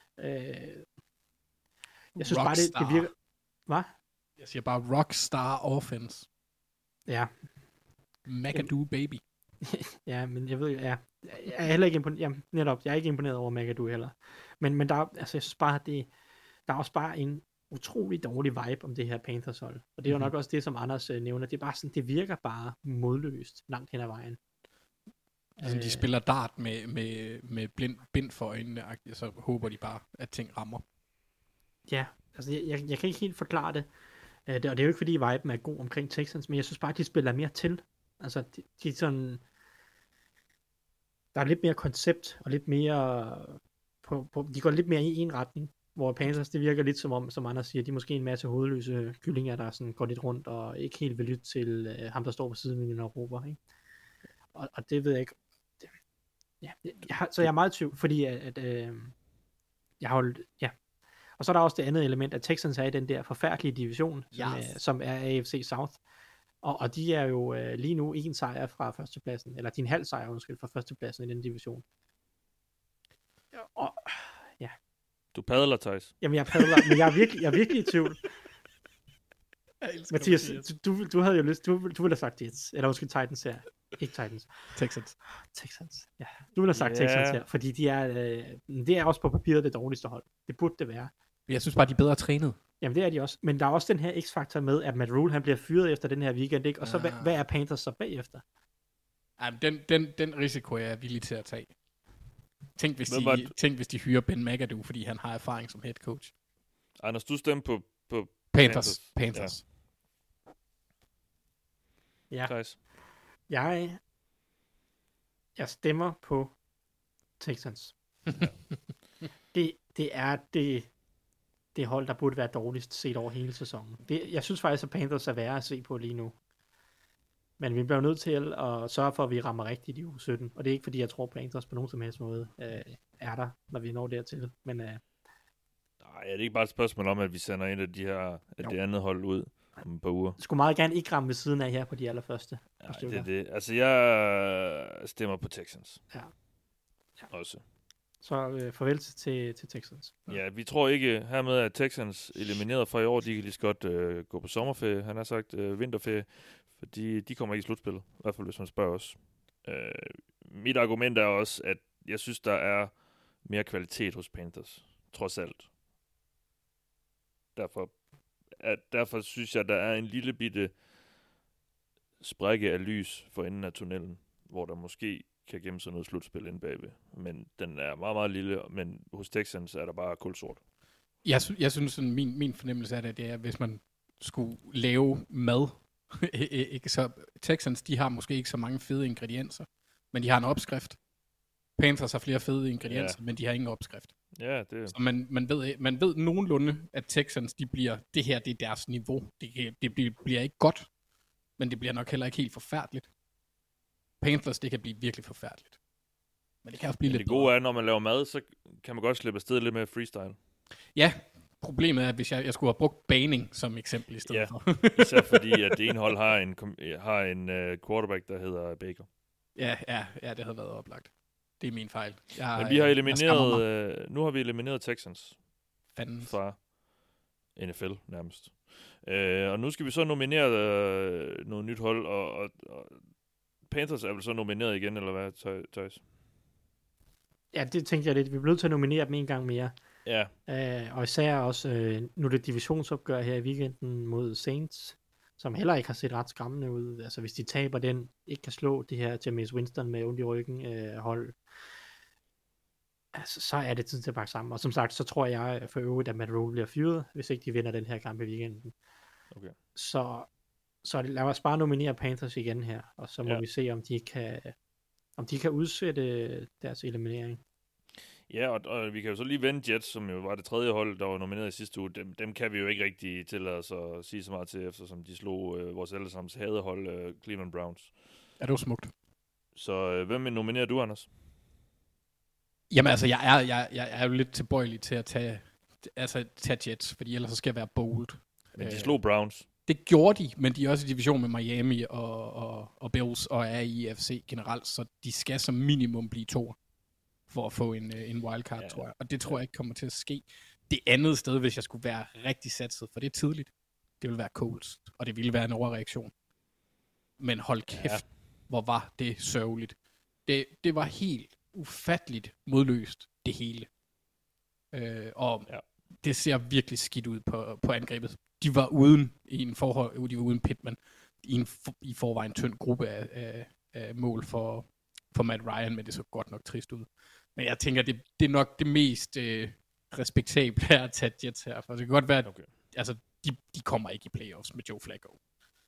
Jeg synes bare, det virker... Hvad? Jeg siger bare rockstar offense. Ja. McAdoo baby. Ja, men jeg ved jo, jeg er heller ikke imponeret, jeg er ikke imponeret over McAdoo heller. Men der, altså, jeg synes bare, der er også bare en utrolig dårlig vibe om det her Panthers hold. Og det er jo nok også det, som Anders nævner. Det er bare sådan, det virker bare modløst langt hen ad vejen. Altså, de spiller dart med bind for øjnene, så håber de bare, at ting rammer. Ja, altså jeg kan ikke helt forklare det. Og det er jo ikke fordi viben er god omkring Texans, men jeg synes bare, at de spiller mere til. Altså, de sådan... Der er lidt mere koncept, og lidt mere... de går lidt mere i en retning, hvor Panthers, det virker lidt som Anders siger, de er måske en masse hovedløse kyllinger, der sådan går lidt rundt, og ikke helt vil lytte til ham, der står på siden og råber, ikke? Og det ved jeg ikke... Så jeg er meget i tvivl, fordi at jeg har holdt... Ja. Og så er der også det andet element, at Texans er i den der forfærdelige division, som er AFC South. Og de er jo lige nu en sejr fra førstepladsen, eller din halv sejr, fra førstepladsen i den division. Og, ja. Du padler, Thijs. Jamen, jeg padler, men jeg er virkelig i tvivl. Mathias, du havde jo lyst, du ville have sagt Jets, eller måske Titans her. Ikke Titans. Texans, ja. Du ville have sagt Texans her, fordi det er også på papiret det dårligste hold. Det burde det være. Jeg synes bare, de er bedre trænet. Jamen, det er de også. Men der er også den her x-faktor med, at Matt Rule, han bliver fyret efter den her weekend, ikke? Og så, hvad er Panthers så bagefter? Jamen, den risiko er jeg villig til at tage. Tænk, hvis de hyrer Ben McAdoo, fordi han har erfaring som head coach. Anders, du stemmer på Panthers. Ja. Thijs. Jeg stemmer på Texans. Det er det hold, der burde være dårligst set over hele sæsonen. Jeg synes faktisk, at Panthers er værre at se på lige nu. Men vi bliver nødt til at sørge for, at vi rammer rigtigt i uge 17. Og det er ikke, fordi jeg tror, at Panthers på nogen som helst måde er der, når vi når dertil. Men, nej, er det ikke bare et spørgsmål om, at vi sender en af de her, det andet hold ud om et par uger? Jeg skulle meget gerne ikke ramme ved siden af her på de allerførste. Nej, det er det. Altså, jeg stemmer på Texans. Ja. Også. Så farvel til Texans. Ja, vi tror ikke hermed, at Texans elimineret fra i år. De kan lige så godt gå på sommerferie. Han har sagt vinterferie, fordi de kommer ikke i slutspillet. I hvert fald, hvis man spørger os. Mit argument er også, at jeg synes, der er mere kvalitet hos Panthers. Trods alt. Derfor synes jeg, der er en lille bitte sprække af lys for enden af tunnelen, hvor der måske kan gemme sig noget slutspil inde bagved. Men den er meget, meget lille, men hos Texans er der bare kulsort. Jeg synes, sådan, min fornemmelse af det er, at hvis man skulle lave mad, ikke så Texans, de har måske ikke så mange fede ingredienser, men de har en opskrift. Panthers har flere fede ingredienser, men de har ingen opskrift. Ja, det. Så man ved nogenlunde, at Texans, det er deres niveau. Det bliver ikke godt, men det bliver nok heller ikke helt forfærdeligt. Panthers, det kan blive virkelig forfærdeligt. Men det kan også blive lidt det gode er, når man laver mad, så kan man godt slippe afsted lidt med freestyle. Ja, problemet er, hvis jeg skulle have brugt baning som eksempel i stedet for. Især fordi, at det ene hold har en quarterback, der hedder Baker. Ja, det havde været oplagt. Det er min fejl. Men vi har elimineret, nu har vi elimineret Texans fra NFL nærmest. Og nu skal vi så nominere noget nyt hold, og Panthers er vel så nomineret igen, eller hvad, Thijs? Ja, det tænkte jeg lidt. Vi bliver nødt til at nominere dem en gang mere. Ja. Og især også, nu er det divisionsopgør her i weekenden mod Saints, som heller ikke har set ret skræmmende ud. Altså hvis de taber den, ikke kan slå det her Jameis Winston med ondt i ryggen hold, altså, så er det tid til at pakke sammen. Og som sagt, så tror jeg for øvrigt, at Matt Rule bliver fyret, hvis ikke de vinder den her kamp i weekenden. Okay. Så lad os bare nominere Panthers igen her, og så må vi se, om de kan udsætte deres eliminering. Ja, og vi kan jo så lige vende Jets, som jo var det tredje hold, der var nomineret i sidste uge. Dem kan vi jo ikke rigtig tillade os at sige så meget til, eftersom de slog vores allesammens hadehold, Cleveland Browns. Ja, det var smukt. Så hvem nominerer du, Anders? Jamen altså, jeg er jo lidt tilbøjelig til at tage Jets, fordi ellers så skal jeg være bold. Men de slog Browns. Det gjorde de, men de er også i division med Miami og Bills og er i AFC generelt, så de skal som minimum blive 2 for at få en wildcard, tror jeg. Og det tror jeg ikke kommer til at ske. Det andet sted, hvis jeg skulle være rigtig satset, for det er tidligt, det vil være Colts, og det ville være en overreaktion. Men hold kæft, hvor var det sørgeligt. Det var helt ufatteligt modløst, det hele. Det ser virkelig skidt ud på angrebet. De var uden Pittman i forvejen tynd gruppe af mål for Matt Ryan, men det så godt nok trist ud. Men jeg tænker, det er nok det mest respektable at tage Jets her, for det kan godt være, at altså, de kommer ikke i playoffs med Joe Flacco.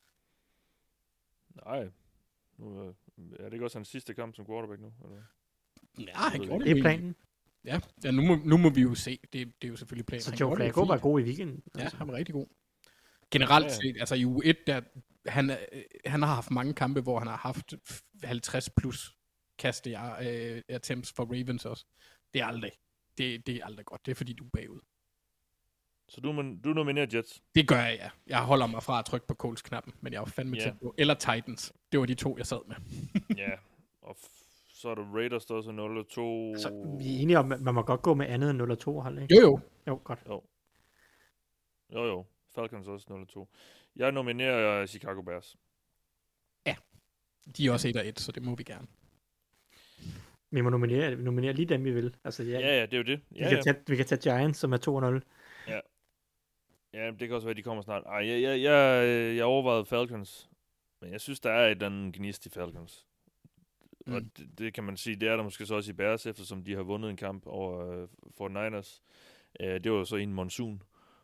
Nej. Nu, er det ikke også hans sidste kamp som quarterback nu? Eller? Ja, han gjorde det. Det er planen. Ja, nu må vi jo se. Det er jo selvfølgelig planen. Så Joe Flacco var god i weekenden. Ja, han var rigtig god. Generelt set, altså i uge 1, der, han har haft mange kampe, hvor han har haft 50 plus kaste attempts for Ravens også. Det er aldrig godt. Det er fordi, du er bagud. Så du nominerer Jets? Det gør jeg, ja. Jeg holder mig fra at trykke på Colts-knappen, men jeg var fandme tæt på. Eller Titans. Det var de 2, jeg sad med. Ja, og så er der Raiders, der også 0-2. Altså, vi er enige om, at man må godt gå med andet end 0-2 hold, ikke? Jo, godt. Jo. Falcons også 0-2. Jeg nominerer Chicago Bears. Ja, de er også 1-1, så det må vi gerne. Vi må nominere lige dem, vi vil. Altså, ja, det er jo det. Vi kan tage Giants, som er 2-0. Ja, det kan også være, de kommer snart. Jeg overvejede Falcons, men jeg synes, der er et eller andet gnist i Falcons. Og det kan man sige, det er der måske så også i Bears, eftersom de har vundet en kamp over 49ers. Det var jo så en monsun.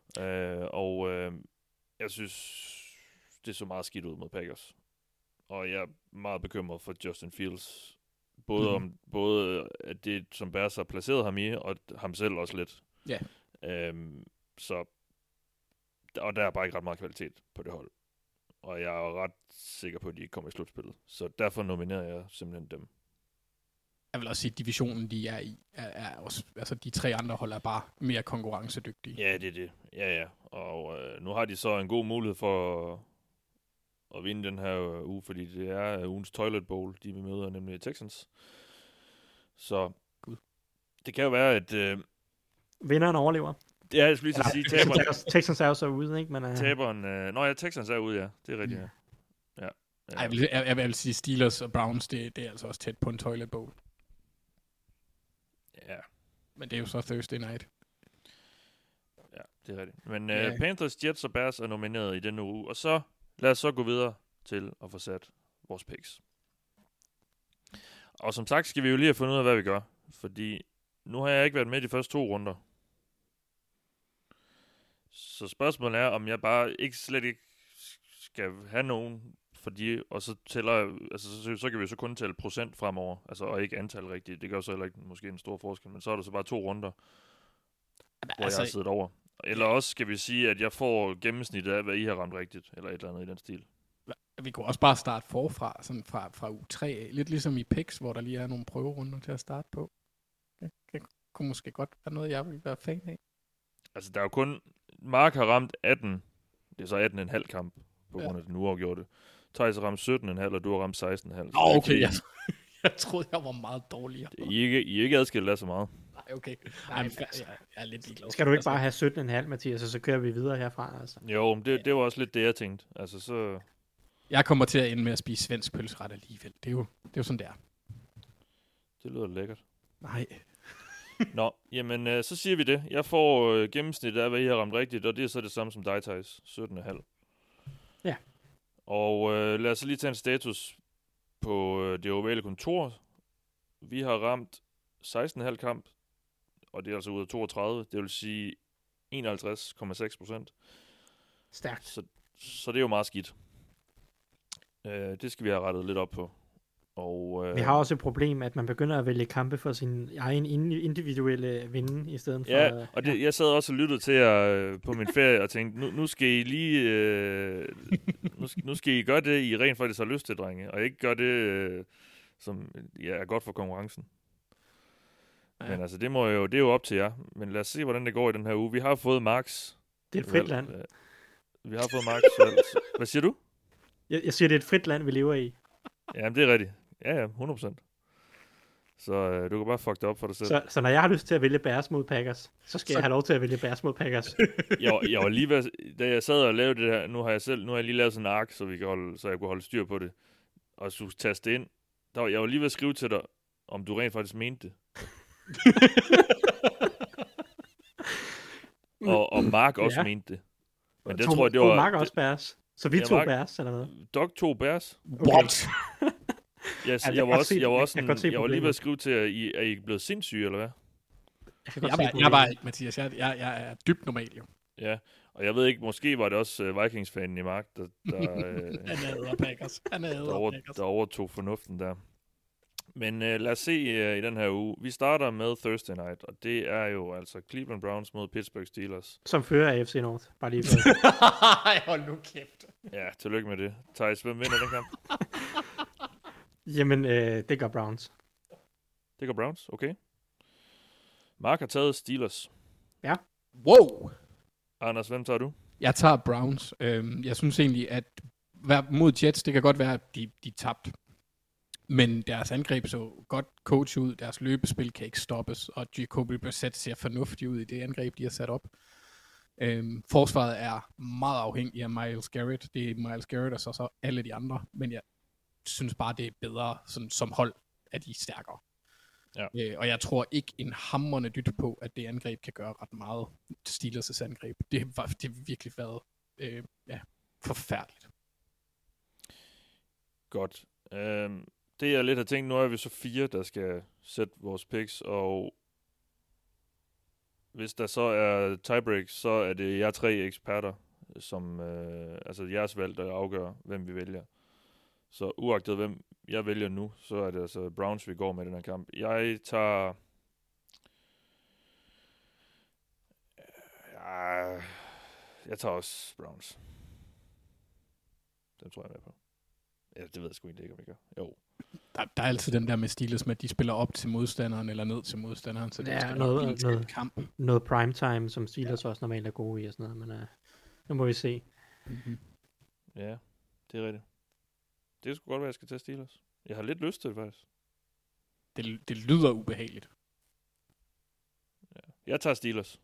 Jeg synes, det så meget skidt ud mod Packers. Og jeg er meget bekymret for Justin Fields. Både at det, som Bears har placeret ham i, og ham selv også lidt. Ja. Og der er bare ikke ret meget kvalitet på det hold. Og jeg er ret sikker på, at de ikke kommer i slutspillet. Så derfor nominerer jeg simpelthen dem. Jeg vil også sige, at divisionen, de er i, er også, altså de 3 andre hold er bare mere konkurrencedygtige. Ja, det er det. Ja. Og nu har de så en god mulighed for at vinde den her uge, fordi det er ugens Toilet Bowl, de vil møde, nemlig Texans. Så Det kan jo være, at... Vinderen overlever. Ja, jeg skulle lige sige, taberen... Texans er jo så ude, ikke? Men, Taberen... Texans er ude, ja. Det er rigtigt, ja. Jeg vil sige, Steelers og Browns, det er altså også tæt på en toilet bowl. Ja. Men det er jo så Thursday night. Ja, det er rigtigt. Men Panthers, Jets og Bears er nomineret i denne uge. Og så lad os så gå videre til at få sat vores picks. Og som sagt skal vi jo lige have fundet ud af, hvad vi gør. Fordi nu har jeg ikke været med de første 2 runder. Så spørgsmålet er, om jeg bare slet ikke skal have nogen, fordi, og så tæller, altså så kan vi så kun tælle procent fremover, altså og ikke antal rigtigt. Det gør så heller ikke måske en stor forskel, men så er der så bare 2 runder, hvor jeg har siddet over. Eller også skal vi sige, at jeg får gennemsnittet af, hvad I har ramt rigtigt, eller et eller andet i den stil. Vi kunne også bare starte forfra, sådan fra uge 3, lidt ligesom i picks, hvor der lige er nogle prøverunder til at starte på. Det kunne måske godt være noget, jeg vil være fan af. Altså, der er jo kun... Mark har ramt 18. Det er så 18,5 kamp, på grund af den uafgjorte. Thijs har ramt 17,5, og du har ramt 16,5. Okay, jeg troede, jeg var meget dårligere. I er ikke adskilt af så meget. Nej, okay. Jeg er lidt ligeglad. Skal du ikke bare have 17,5, Mathias, og så kører vi videre herfra? Altså? Jo, det var også lidt det, jeg tænkte. Altså, så... Jeg kommer til at ende med at spise svensk pølseret alligevel. Det er jo sådan, det er. Det lyder lækkert. Nej. Nå, jamen, så siger vi det. Jeg får gennemsnit af, hvad I har ramt rigtigt, og det er så det samme som dig, Thijs. 17,5. Ja. Og lad os lige tage en status på det ovale kontor. Vi har ramt 16,5 kamp, og det er altså ud af 32. Det vil sige 51,6%. Stærkt. Så det er jo meget skidt. Det skal vi have rettet lidt op på. Og, vi har også et problem, at man begynder at vælge kampe for sin egen individuelle vinde, i stedet for... Ja, og jeg sad også og lyttede til jer på min ferie og tænkte, nu skal I lige... nu skal I gøre det, I rent faktisk har lyst til, drenge, og ikke gøre det, som er godt for konkurrencen. Ja. Men altså, det er jo op til jer. Men lad os se, hvordan det går i den her uge. Vi har fået Marks... Det er et frit land. Vi har fået Marks... Hvad siger du? Jeg siger, det er et frit land, vi lever i. Jamen, det er rigtigt. Ja, 100%. Så du kan bare fuck det op for dig selv. Så når jeg har lyst til at vælge Bears mod Packers, så skal jeg have lov til at vælge Bears mod Packers. jeg var lige da jeg sad og lavede det her, nu har jeg lige lavet sådan en ark, så jeg kunne holde styr på det. Og så taste ind. Jeg var lige ved at skrive til dig, om du rent faktisk mente det. og Mark også mente det. Men det tror jeg, det var... Mark også Bears. Så vi tog Bears, eller hvad? Doc tog Bears. Okay. What? Jeg var lige ved at skrive til, at I er blevet sindssyge, eller hvad? Jeg var ikke, Mathias. Jeg er dybt normal, jo. Ja, og jeg ved ikke, måske var det også Vikings-fanen i Mark, der Han æder Packers. Der overtog fornuften der. Men lad os se i den her uge. Vi starter med Thursday Night, og det er jo altså Cleveland Browns mod Pittsburgh Steelers. Som fører af AFC North. Bare lige for. Hold nu kæft. Ja, tillykke med det. Thijs, hvem vinder den kamp? Jamen, det gør Browns. Det gør Browns, okay. Mark har taget Steelers. Ja. Wow! Anders, hvem tager du? Jeg tager Browns. Jeg synes egentlig, at mod Jets, det kan godt være, at de tabte. Men deres angreb så godt coach ud. Deres løbespil kan ikke stoppes. Og Jacoby Brissett ser fornuftigt ud i det angreb, de har sat op. Forsvaret er meget afhængig af Myles Garrett. Det er Myles Garrett og så alle de andre. Men jeg synes bare, det er bedre sådan, som hold, at de er stærkere. Ja. Og jeg tror ikke en hamrende dyt på, at det angreb kan gøre ret meget. Steelers' angreb. Det har virkelig været forfærdeligt. Godt. Det jeg lidt har tænkt, nu er vi så 4, der skal sætte vores picks, og hvis der så er tiebreak, så er det jer 3 eksperter, som altså jeres valg, der afgør, hvem vi vælger. Så uagtet hvem jeg vælger nu, så er det altså Browns, vi går med den her kamp. Jeg tager... Jeg tager også Browns. Den tror jeg med på. Ja, det ved jeg sgu ikke, om vi gør. Jo. Der er altid den der med Steelers med, at de spiller op til modstanderen eller ned til modstanderen. Så det er noget primetime, som Steelers også normalt er gode i og sådan noget. Men nu må vi se. Mm-hmm. Ja, det er rigtigt. Det skulle godt være, at jeg skal tage Steelers. Jeg har lidt lyst til det, faktisk. Det lyder ubehageligt. Jeg tager Steelers.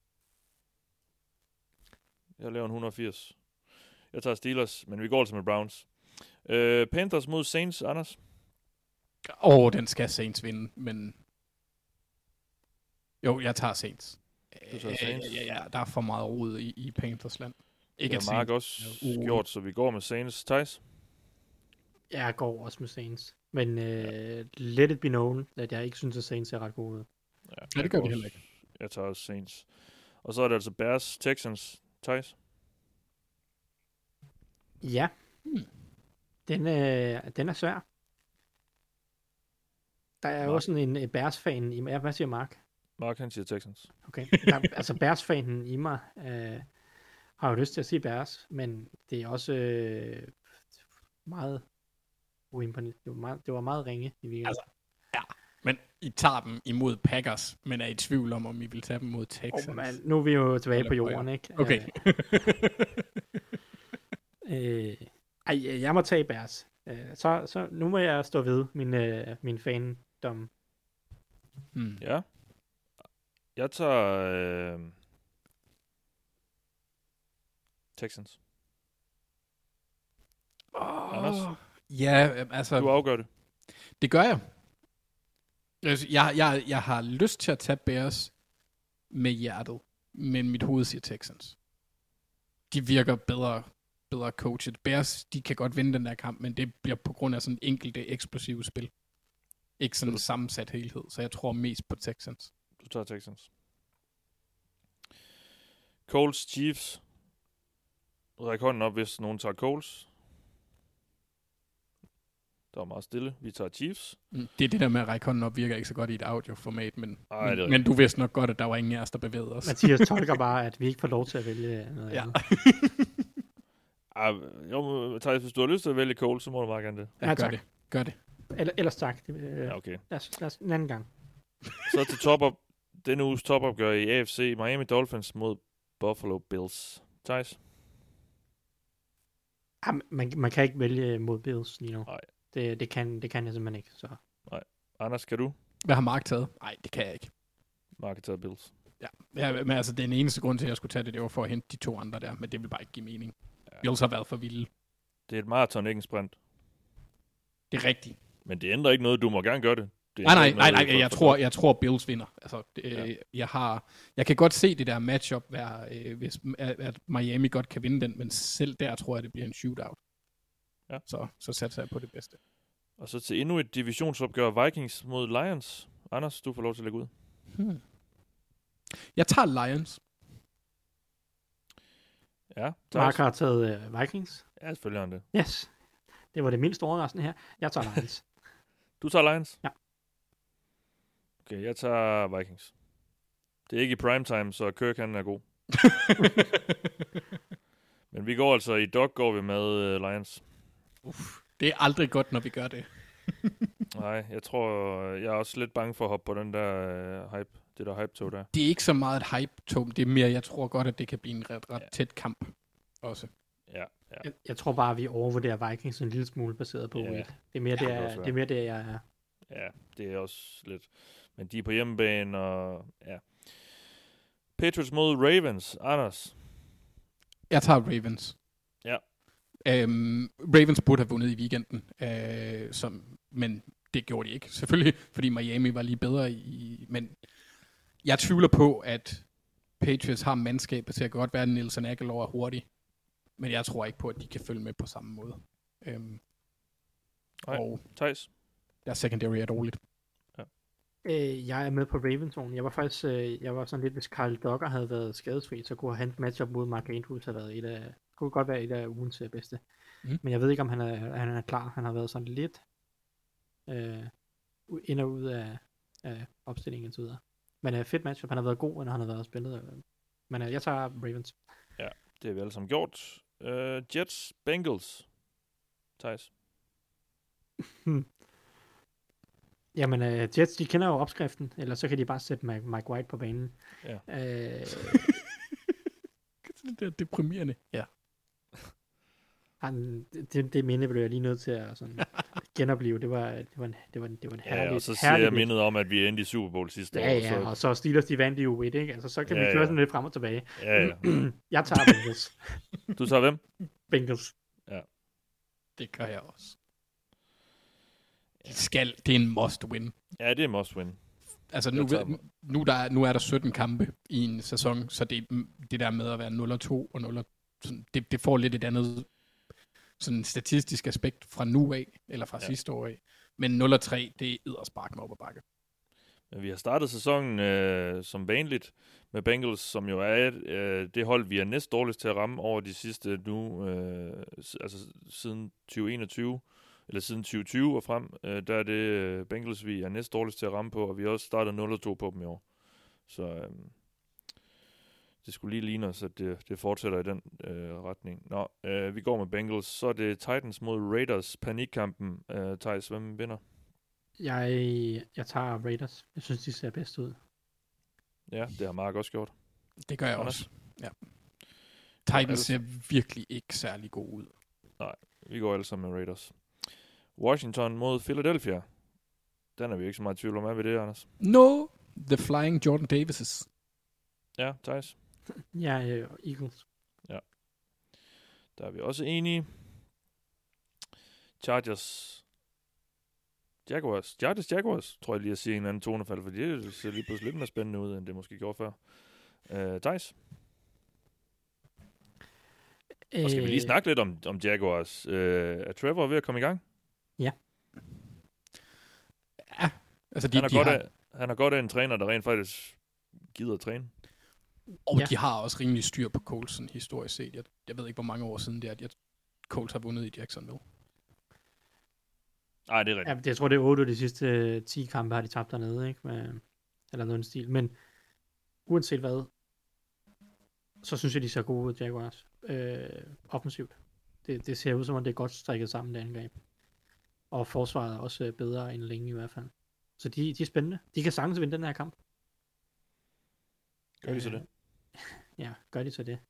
Jeg laver en 180. Jeg tager Steelers, men vi går altså med Browns. Panthers mod Saints, Anders? Den skal Saints vinde, men... Jo, jeg tager Saints. Du tager Saints? Ja, der er for meget rod i Panthers land. Ikke det har Mark også gjort, så vi går med Saints. Thijs? Jeg går også med Saints. Men let it be known, at jeg ikke synes, at Saints er ret gode ud. Ja, det gør vi heller ikke. Jeg tager også Saints. Og så er det altså Bears, Texans, Thijs? Ja. Den er svær. Der er jo sådan en Bears-fan i mig. Hvad siger Mark? Mark, han siger Texans. Okay. Altså Bears-fanen i mig har jo lyst til at sige Bears, men det er også meget uimponerende. Det var meget ringe i weekenden. Altså, ja. Men I tager dem imod Packers, men er I tvivl om I vil tage dem mod Texans? Nu er vi jo tilbage på jorden, ikke? Okay. Jeg må tage Bears. Så nu må jeg stå ved min fandom. Ja. Jeg tager Texans. Anders? Ja, altså... Du afgør det. Det gør jeg. Jeg har lyst til at tage Bears med hjertet, men mit hoved siger Texans. De virker bedre coachet. Bears, de kan godt vinde den der kamp, men det bliver på grund af sådan enkelte eksplosive spil. Ikke sådan en sammensat helhed, så jeg tror mest på Texans. Du tager Texans. Colts, Chiefs. Ræk hånden op, hvis nogen tager Colts. Der var meget stille. Vi tager Chiefs. Det er det der med at række hånden op, virker ikke så godt i et audioformat, men du vidste nok godt, at der var ingen af os, der bevægede os. Mathias tolker bare, at vi ikke får lov til at vælge noget ja. andet. Jo, Thijs, hvis du har lyst til at vælge Colts, så må du meget gerne det. Ja, tak. Gør det. Ellers tak. Ja, okay. Lad os en anden gang. Så til denne uges topopgør i AFC. Miami Dolphins mod Buffalo Bills. Thijs? Man kan ikke vælge mod Bills lige nu. Nej. Det kan jeg simpelthen ikke. Så. Nej. Anders, kan du? Hvad har Mark taget? Nej, det kan jeg ikke. Mark har taget Bills. Ja, men altså den eneste grund til, at jeg skulle tage det var for at hente de to andre der, men det vil bare ikke give mening. Ja. Bills har været for vilde. Det er et maraton, ikke en sprint. Det er rigtigt. Men det ændrer ikke noget. Du må gerne gøre det. Nej, jeg tror Bills vinder. Altså, jeg kan godt se det der matchup være, hvis at Miami godt kan vinde den, men selv der tror jeg, det bliver en shootout. Ja. Så satser jeg på det bedste. Og så til endnu et divisionsopgør, Vikings mod Lions. Anders, du får lov til at lægge ud. Jeg tager Lions. Ja. Mark har taget Vikings. Ja, selvfølgelig har han det. Yes. Det var det mindst overraskende her. Jeg tager Lions. Du tager Lions? Ja. Okay, jeg tager Vikings. Det er ikke i primetime, så Kirk han er god. Men vi går altså i dog, går vi med Lions. Det er aldrig godt, når vi gør det. Nej, jeg tror, jeg er også lidt bange for at hoppe på den der hype, det der hype-tog der. Det er ikke så meget et hype-tog, det er mere, jeg tror godt, at det kan blive en ret tæt kamp også. Ja. Jeg tror bare, at vi overvurderer Vikings en lille smule baseret på det. Det er mere det, jeg er. Ja, det er også lidt. Men de er på hjemmebane, og ja. Patriots mod Ravens. Anders? Jeg tager Ravens. Ja. Ravens burde have vundet i weekenden, men det gjorde de ikke. Selvfølgelig, fordi Miami var lige bedre men jeg tvivler på, at Patriots har mandskabet til at godt være, at Nelson Aguilar er hurtig. Men jeg tror ikke på, at de kan følge med på samme måde. Og Thijs? deres secondary er dårligt. Ja. Jeg er med på Ravens-zonen. Jeg var sådan lidt, hvis Kyle Duggar havde været skadesfri, så kunne hans matchup mod Mark Andrews have været kunne godt være et af ugens bedste. Men jeg ved ikke, om han er klar. Han har været sådan lidt ind og ud af opstillingen og så videre. Men fedt matchup. Han har været god, når han har været spillet. Men jeg tager Ravens. Ja, det har vi alle sammen gjort. Jets, Bengals. Thijs? Jamen, Jets, de kender jo opskriften, eller så kan de bare sætte Mike White på banen. Ja. Det er deprimerende. Ja. Det minde blev jeg lige nødt til at sådan genopleve. Det var en herlig. Ja, og så siger jeg mindet om, at vi endte i Super Bowl sidste år. Ja, og så Steelers, de vandt jo et, ikke? Altså, så kan vi køre sådan lidt frem og tilbage. Ja. Jeg tager Bengals. Du tager hvem? Bengals. Ja. Det gør jeg også. Det er en must win. Ja, det er en must win. Altså nu er der 17 kampe i en sæson, så det der med at være 0-2 og 0, det får lidt et andet sådan statistisk aspekt fra nu af, eller fra sidste år af. Men 0-3, det er edderspark med op ad bakke. Vi har startet sæsonen som vanligt med Bengals, som jo er det hold, vi er næst dårligst til at ramme over de sidste nu, altså siden 2021, eller siden 2020 og frem, der er det Bengals, vi er næst dårligst til at ramme på, og vi har også startet 0-2 på dem i år. Så det skulle lige ligne os, at det fortsætter i den retning. Nå, vi går med Bengals, så er det Titans mod Raiders, panikkampen. Thijs, hvem vinder? Jeg tager Raiders. Jeg synes, de ser bedst ud. Ja, det har Mark også gjort. Det gør jeg også. Ja. Titans ser virkelig ikke særlig god ud. Nej, vi går alle sammen med Raiders. Washington mod Philadelphia. Den er vi ikke så meget i tvivl om. Hvad ved det, Anders? No, the flying Jordan Davises. Ja, Thijs? Ja, Eagles. Ja. Der er vi også enige. Chargers, Jaguars, tror jeg lige at sige en anden tonefald, for det ser lige pludselig lidt mere spændende ud, end det måske gjorde før. Thijs? Og skal vi lige snakke lidt om Jaguars? Er Trevor ved at komme i gang? Ja. Ja. Altså han har godt af en træner, der rent faktisk gider at træne. Og de har også rimelig styr på Colson historisk set. Jeg ved ikke, hvor mange år siden det er, at Colts har vundet i Jacksonville. Nej, det er rigtigt. Ja, jeg tror, det er 8 af de sidste 10 kampe, har de tabt dernede, ikke? Eller noget stil. Men uanset hvad, så synes jeg, de ser gode ud, Jaguars. Offensivt. Det ser ud som om, det er godt strikket sammen, det angreb. Og forsvaret er også bedre end længe i hvert fald. Så de er spændende. De kan sagtens vinde den her kamp. Gør de så det? Ja, gør de så det.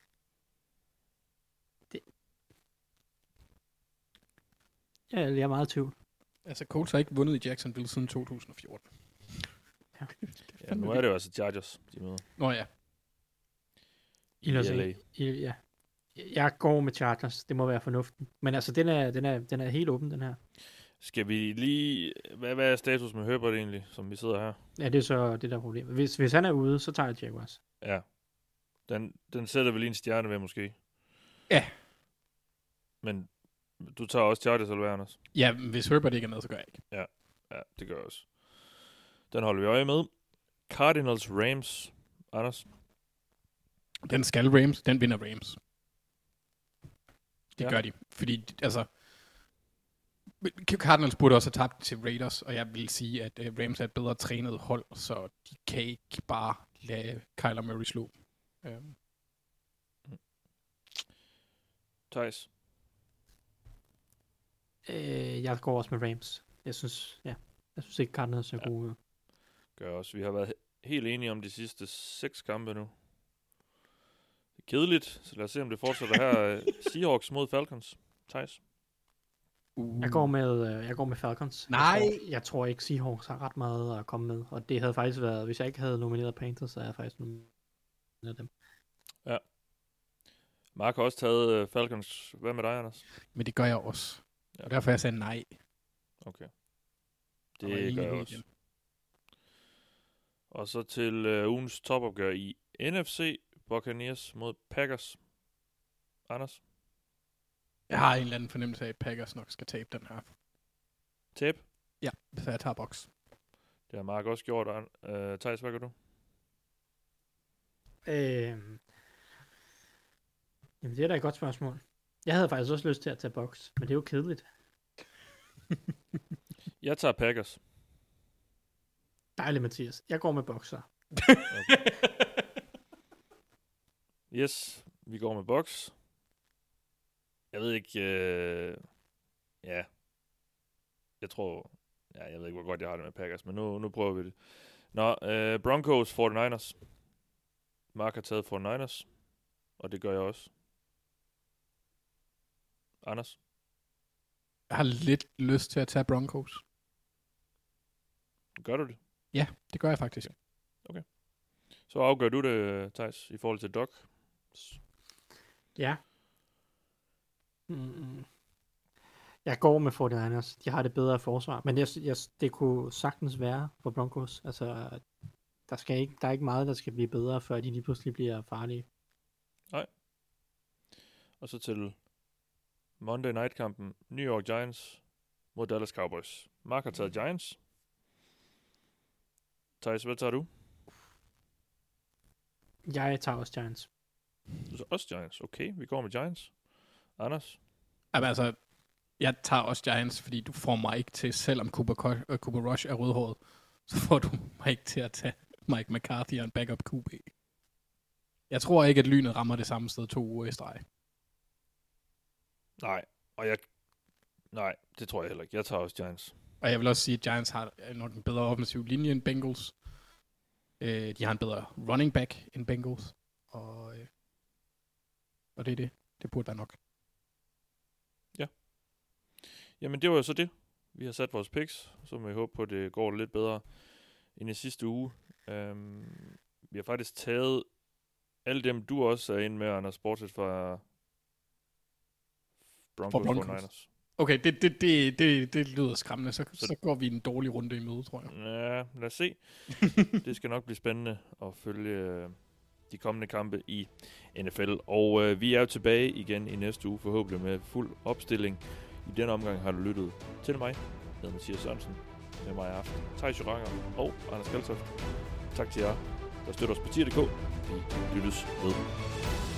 Ja, jeg er meget i tvivl. Altså, Colts har ikke vundet i Jacksonville siden 2014. Ja, nu er det jo altså Chargers, de møder. Nå ja. I LA. Ja. Jeg går med Chargers. Det må være fornuften. Men altså, den er helt åben, den her. Skal vi lige... Hvad er status med Herbert egentlig, som vi sidder her? Ja, det er så det der problem. Hvis han er ude, så tager jeg Jaguars. Ja. Den sætter vel lige en stjerne ved, måske? Ja. Men du tager også Chargers, eller hvad, Anders? Ja, hvis Herbert ikke er med, så gør jeg ikke. Ja, det gør jeg også. Den holder vi øje med. Cardinals Rams. Anders? Den skal Rams. Den vinder Rams. Det gør de. Fordi, altså... Cardinals burde også have tabt til Raiders, og jeg vil sige, at Rams er et bedre trænet hold, så de kan ikke bare lade Kyler Murray slå. Thijs? Jeg går også med Rams. Jeg synes ikke, Cardinals er gode ud. Gør også. Vi har været helt enige om de sidste 6 kampe nu. Det er kedeligt, så lad os se, om det fortsætter her. Seahawks mod Falcons. Thijs? Jeg går med Falcons. Nej! Jeg tror ikke, Seahawks har ret meget at komme med. Og det havde faktisk været, hvis jeg ikke havde nomineret Panthers, så havde jeg faktisk nomineret dem. Ja. Mark har også taget Falcons. Hvad med dig, Anders? Men det gør jeg også. Og derfor jeg sagde nej. Okay. Det gør jeg også. Og så til ugens topopgør i NFC. Buccaneers mod Packers. Anders? Jeg har en eller anden fornemmelse af, at Packers nok skal tabe den her. Tabe? Ja, så jeg tager boks. Det har Mark også gjort. Thijs, hvad gør du? Jamen, det er da et godt spørgsmål. Jeg havde faktisk også lyst til at tage boks, men det er jo kedeligt. Jeg tager Packers. Dejligt, Mathias. Jeg går med bokser. Okay. Yes, vi går med boks. Jeg ved ikke... ja. Jeg tror... Ja, jeg ved ikke, hvor godt jeg har det med Packers, men nu prøver vi det. Nå, Broncos 49ers. Mark har taget 49ers, og det gør jeg også. Anders? Jeg har lidt lyst til at tage Broncos. Gør du det? Ja, det gør jeg faktisk. Okay. Så afgør du det, Theis, i forhold til Doc? Ja. Jeg går med 49ers. De har det bedre forsvar. Men det kunne sagtens være for Broncos. Altså, der er ikke meget, der skal blive bedre, før de lige pludselig bliver farlige. Nej. Og så til Monday Night-kampen. New York Giants mod Dallas Cowboys. Mark har taget Giants. Theis, hvad tager du? Jeg tager også Giants. Du tager også Giants. Okay, vi går med Giants. Anders? Jamen, altså, jeg tager også Giants, fordi du får mig ikke til, selvom Cooper Rush er rødhåret, så får du mig ikke til at tage Mike McCarthy og en backup QB. Jeg tror ikke, at lynet rammer det samme sted 2 uger i streg. Nej, det tror jeg heller ikke. Jeg tager også Giants. Og jeg vil også sige, at Giants har nok en bedre offensiv linje end Bengals. De har en bedre running back end Bengals. Og det er det. Det burde være nok. Ja. Jamen, det var jo så det. Vi har sat vores picks, så må vi håbe på, at det går lidt bedre end i sidste uge. Vi har faktisk taget alle dem, du også er inde med, Anders, bortset fra Broncos. 49ers. Okay, det lyder skræmmende. Så går vi en dårlig runde i møde, tror jeg. Ja, lad os se. Det skal nok blive spændende at følge de kommende kampe i NFL. Og vi er jo tilbage igen i næste uge, forhåbentlig med fuld opstilling. I denne omgang har du lyttet til mig. Jeg hedder Mathias Sørensen. Med mig i aften. Theis Joranger og Anders Kaltoft. Tak til jer, der støtter os på tier.dk. Vi lyttes ved.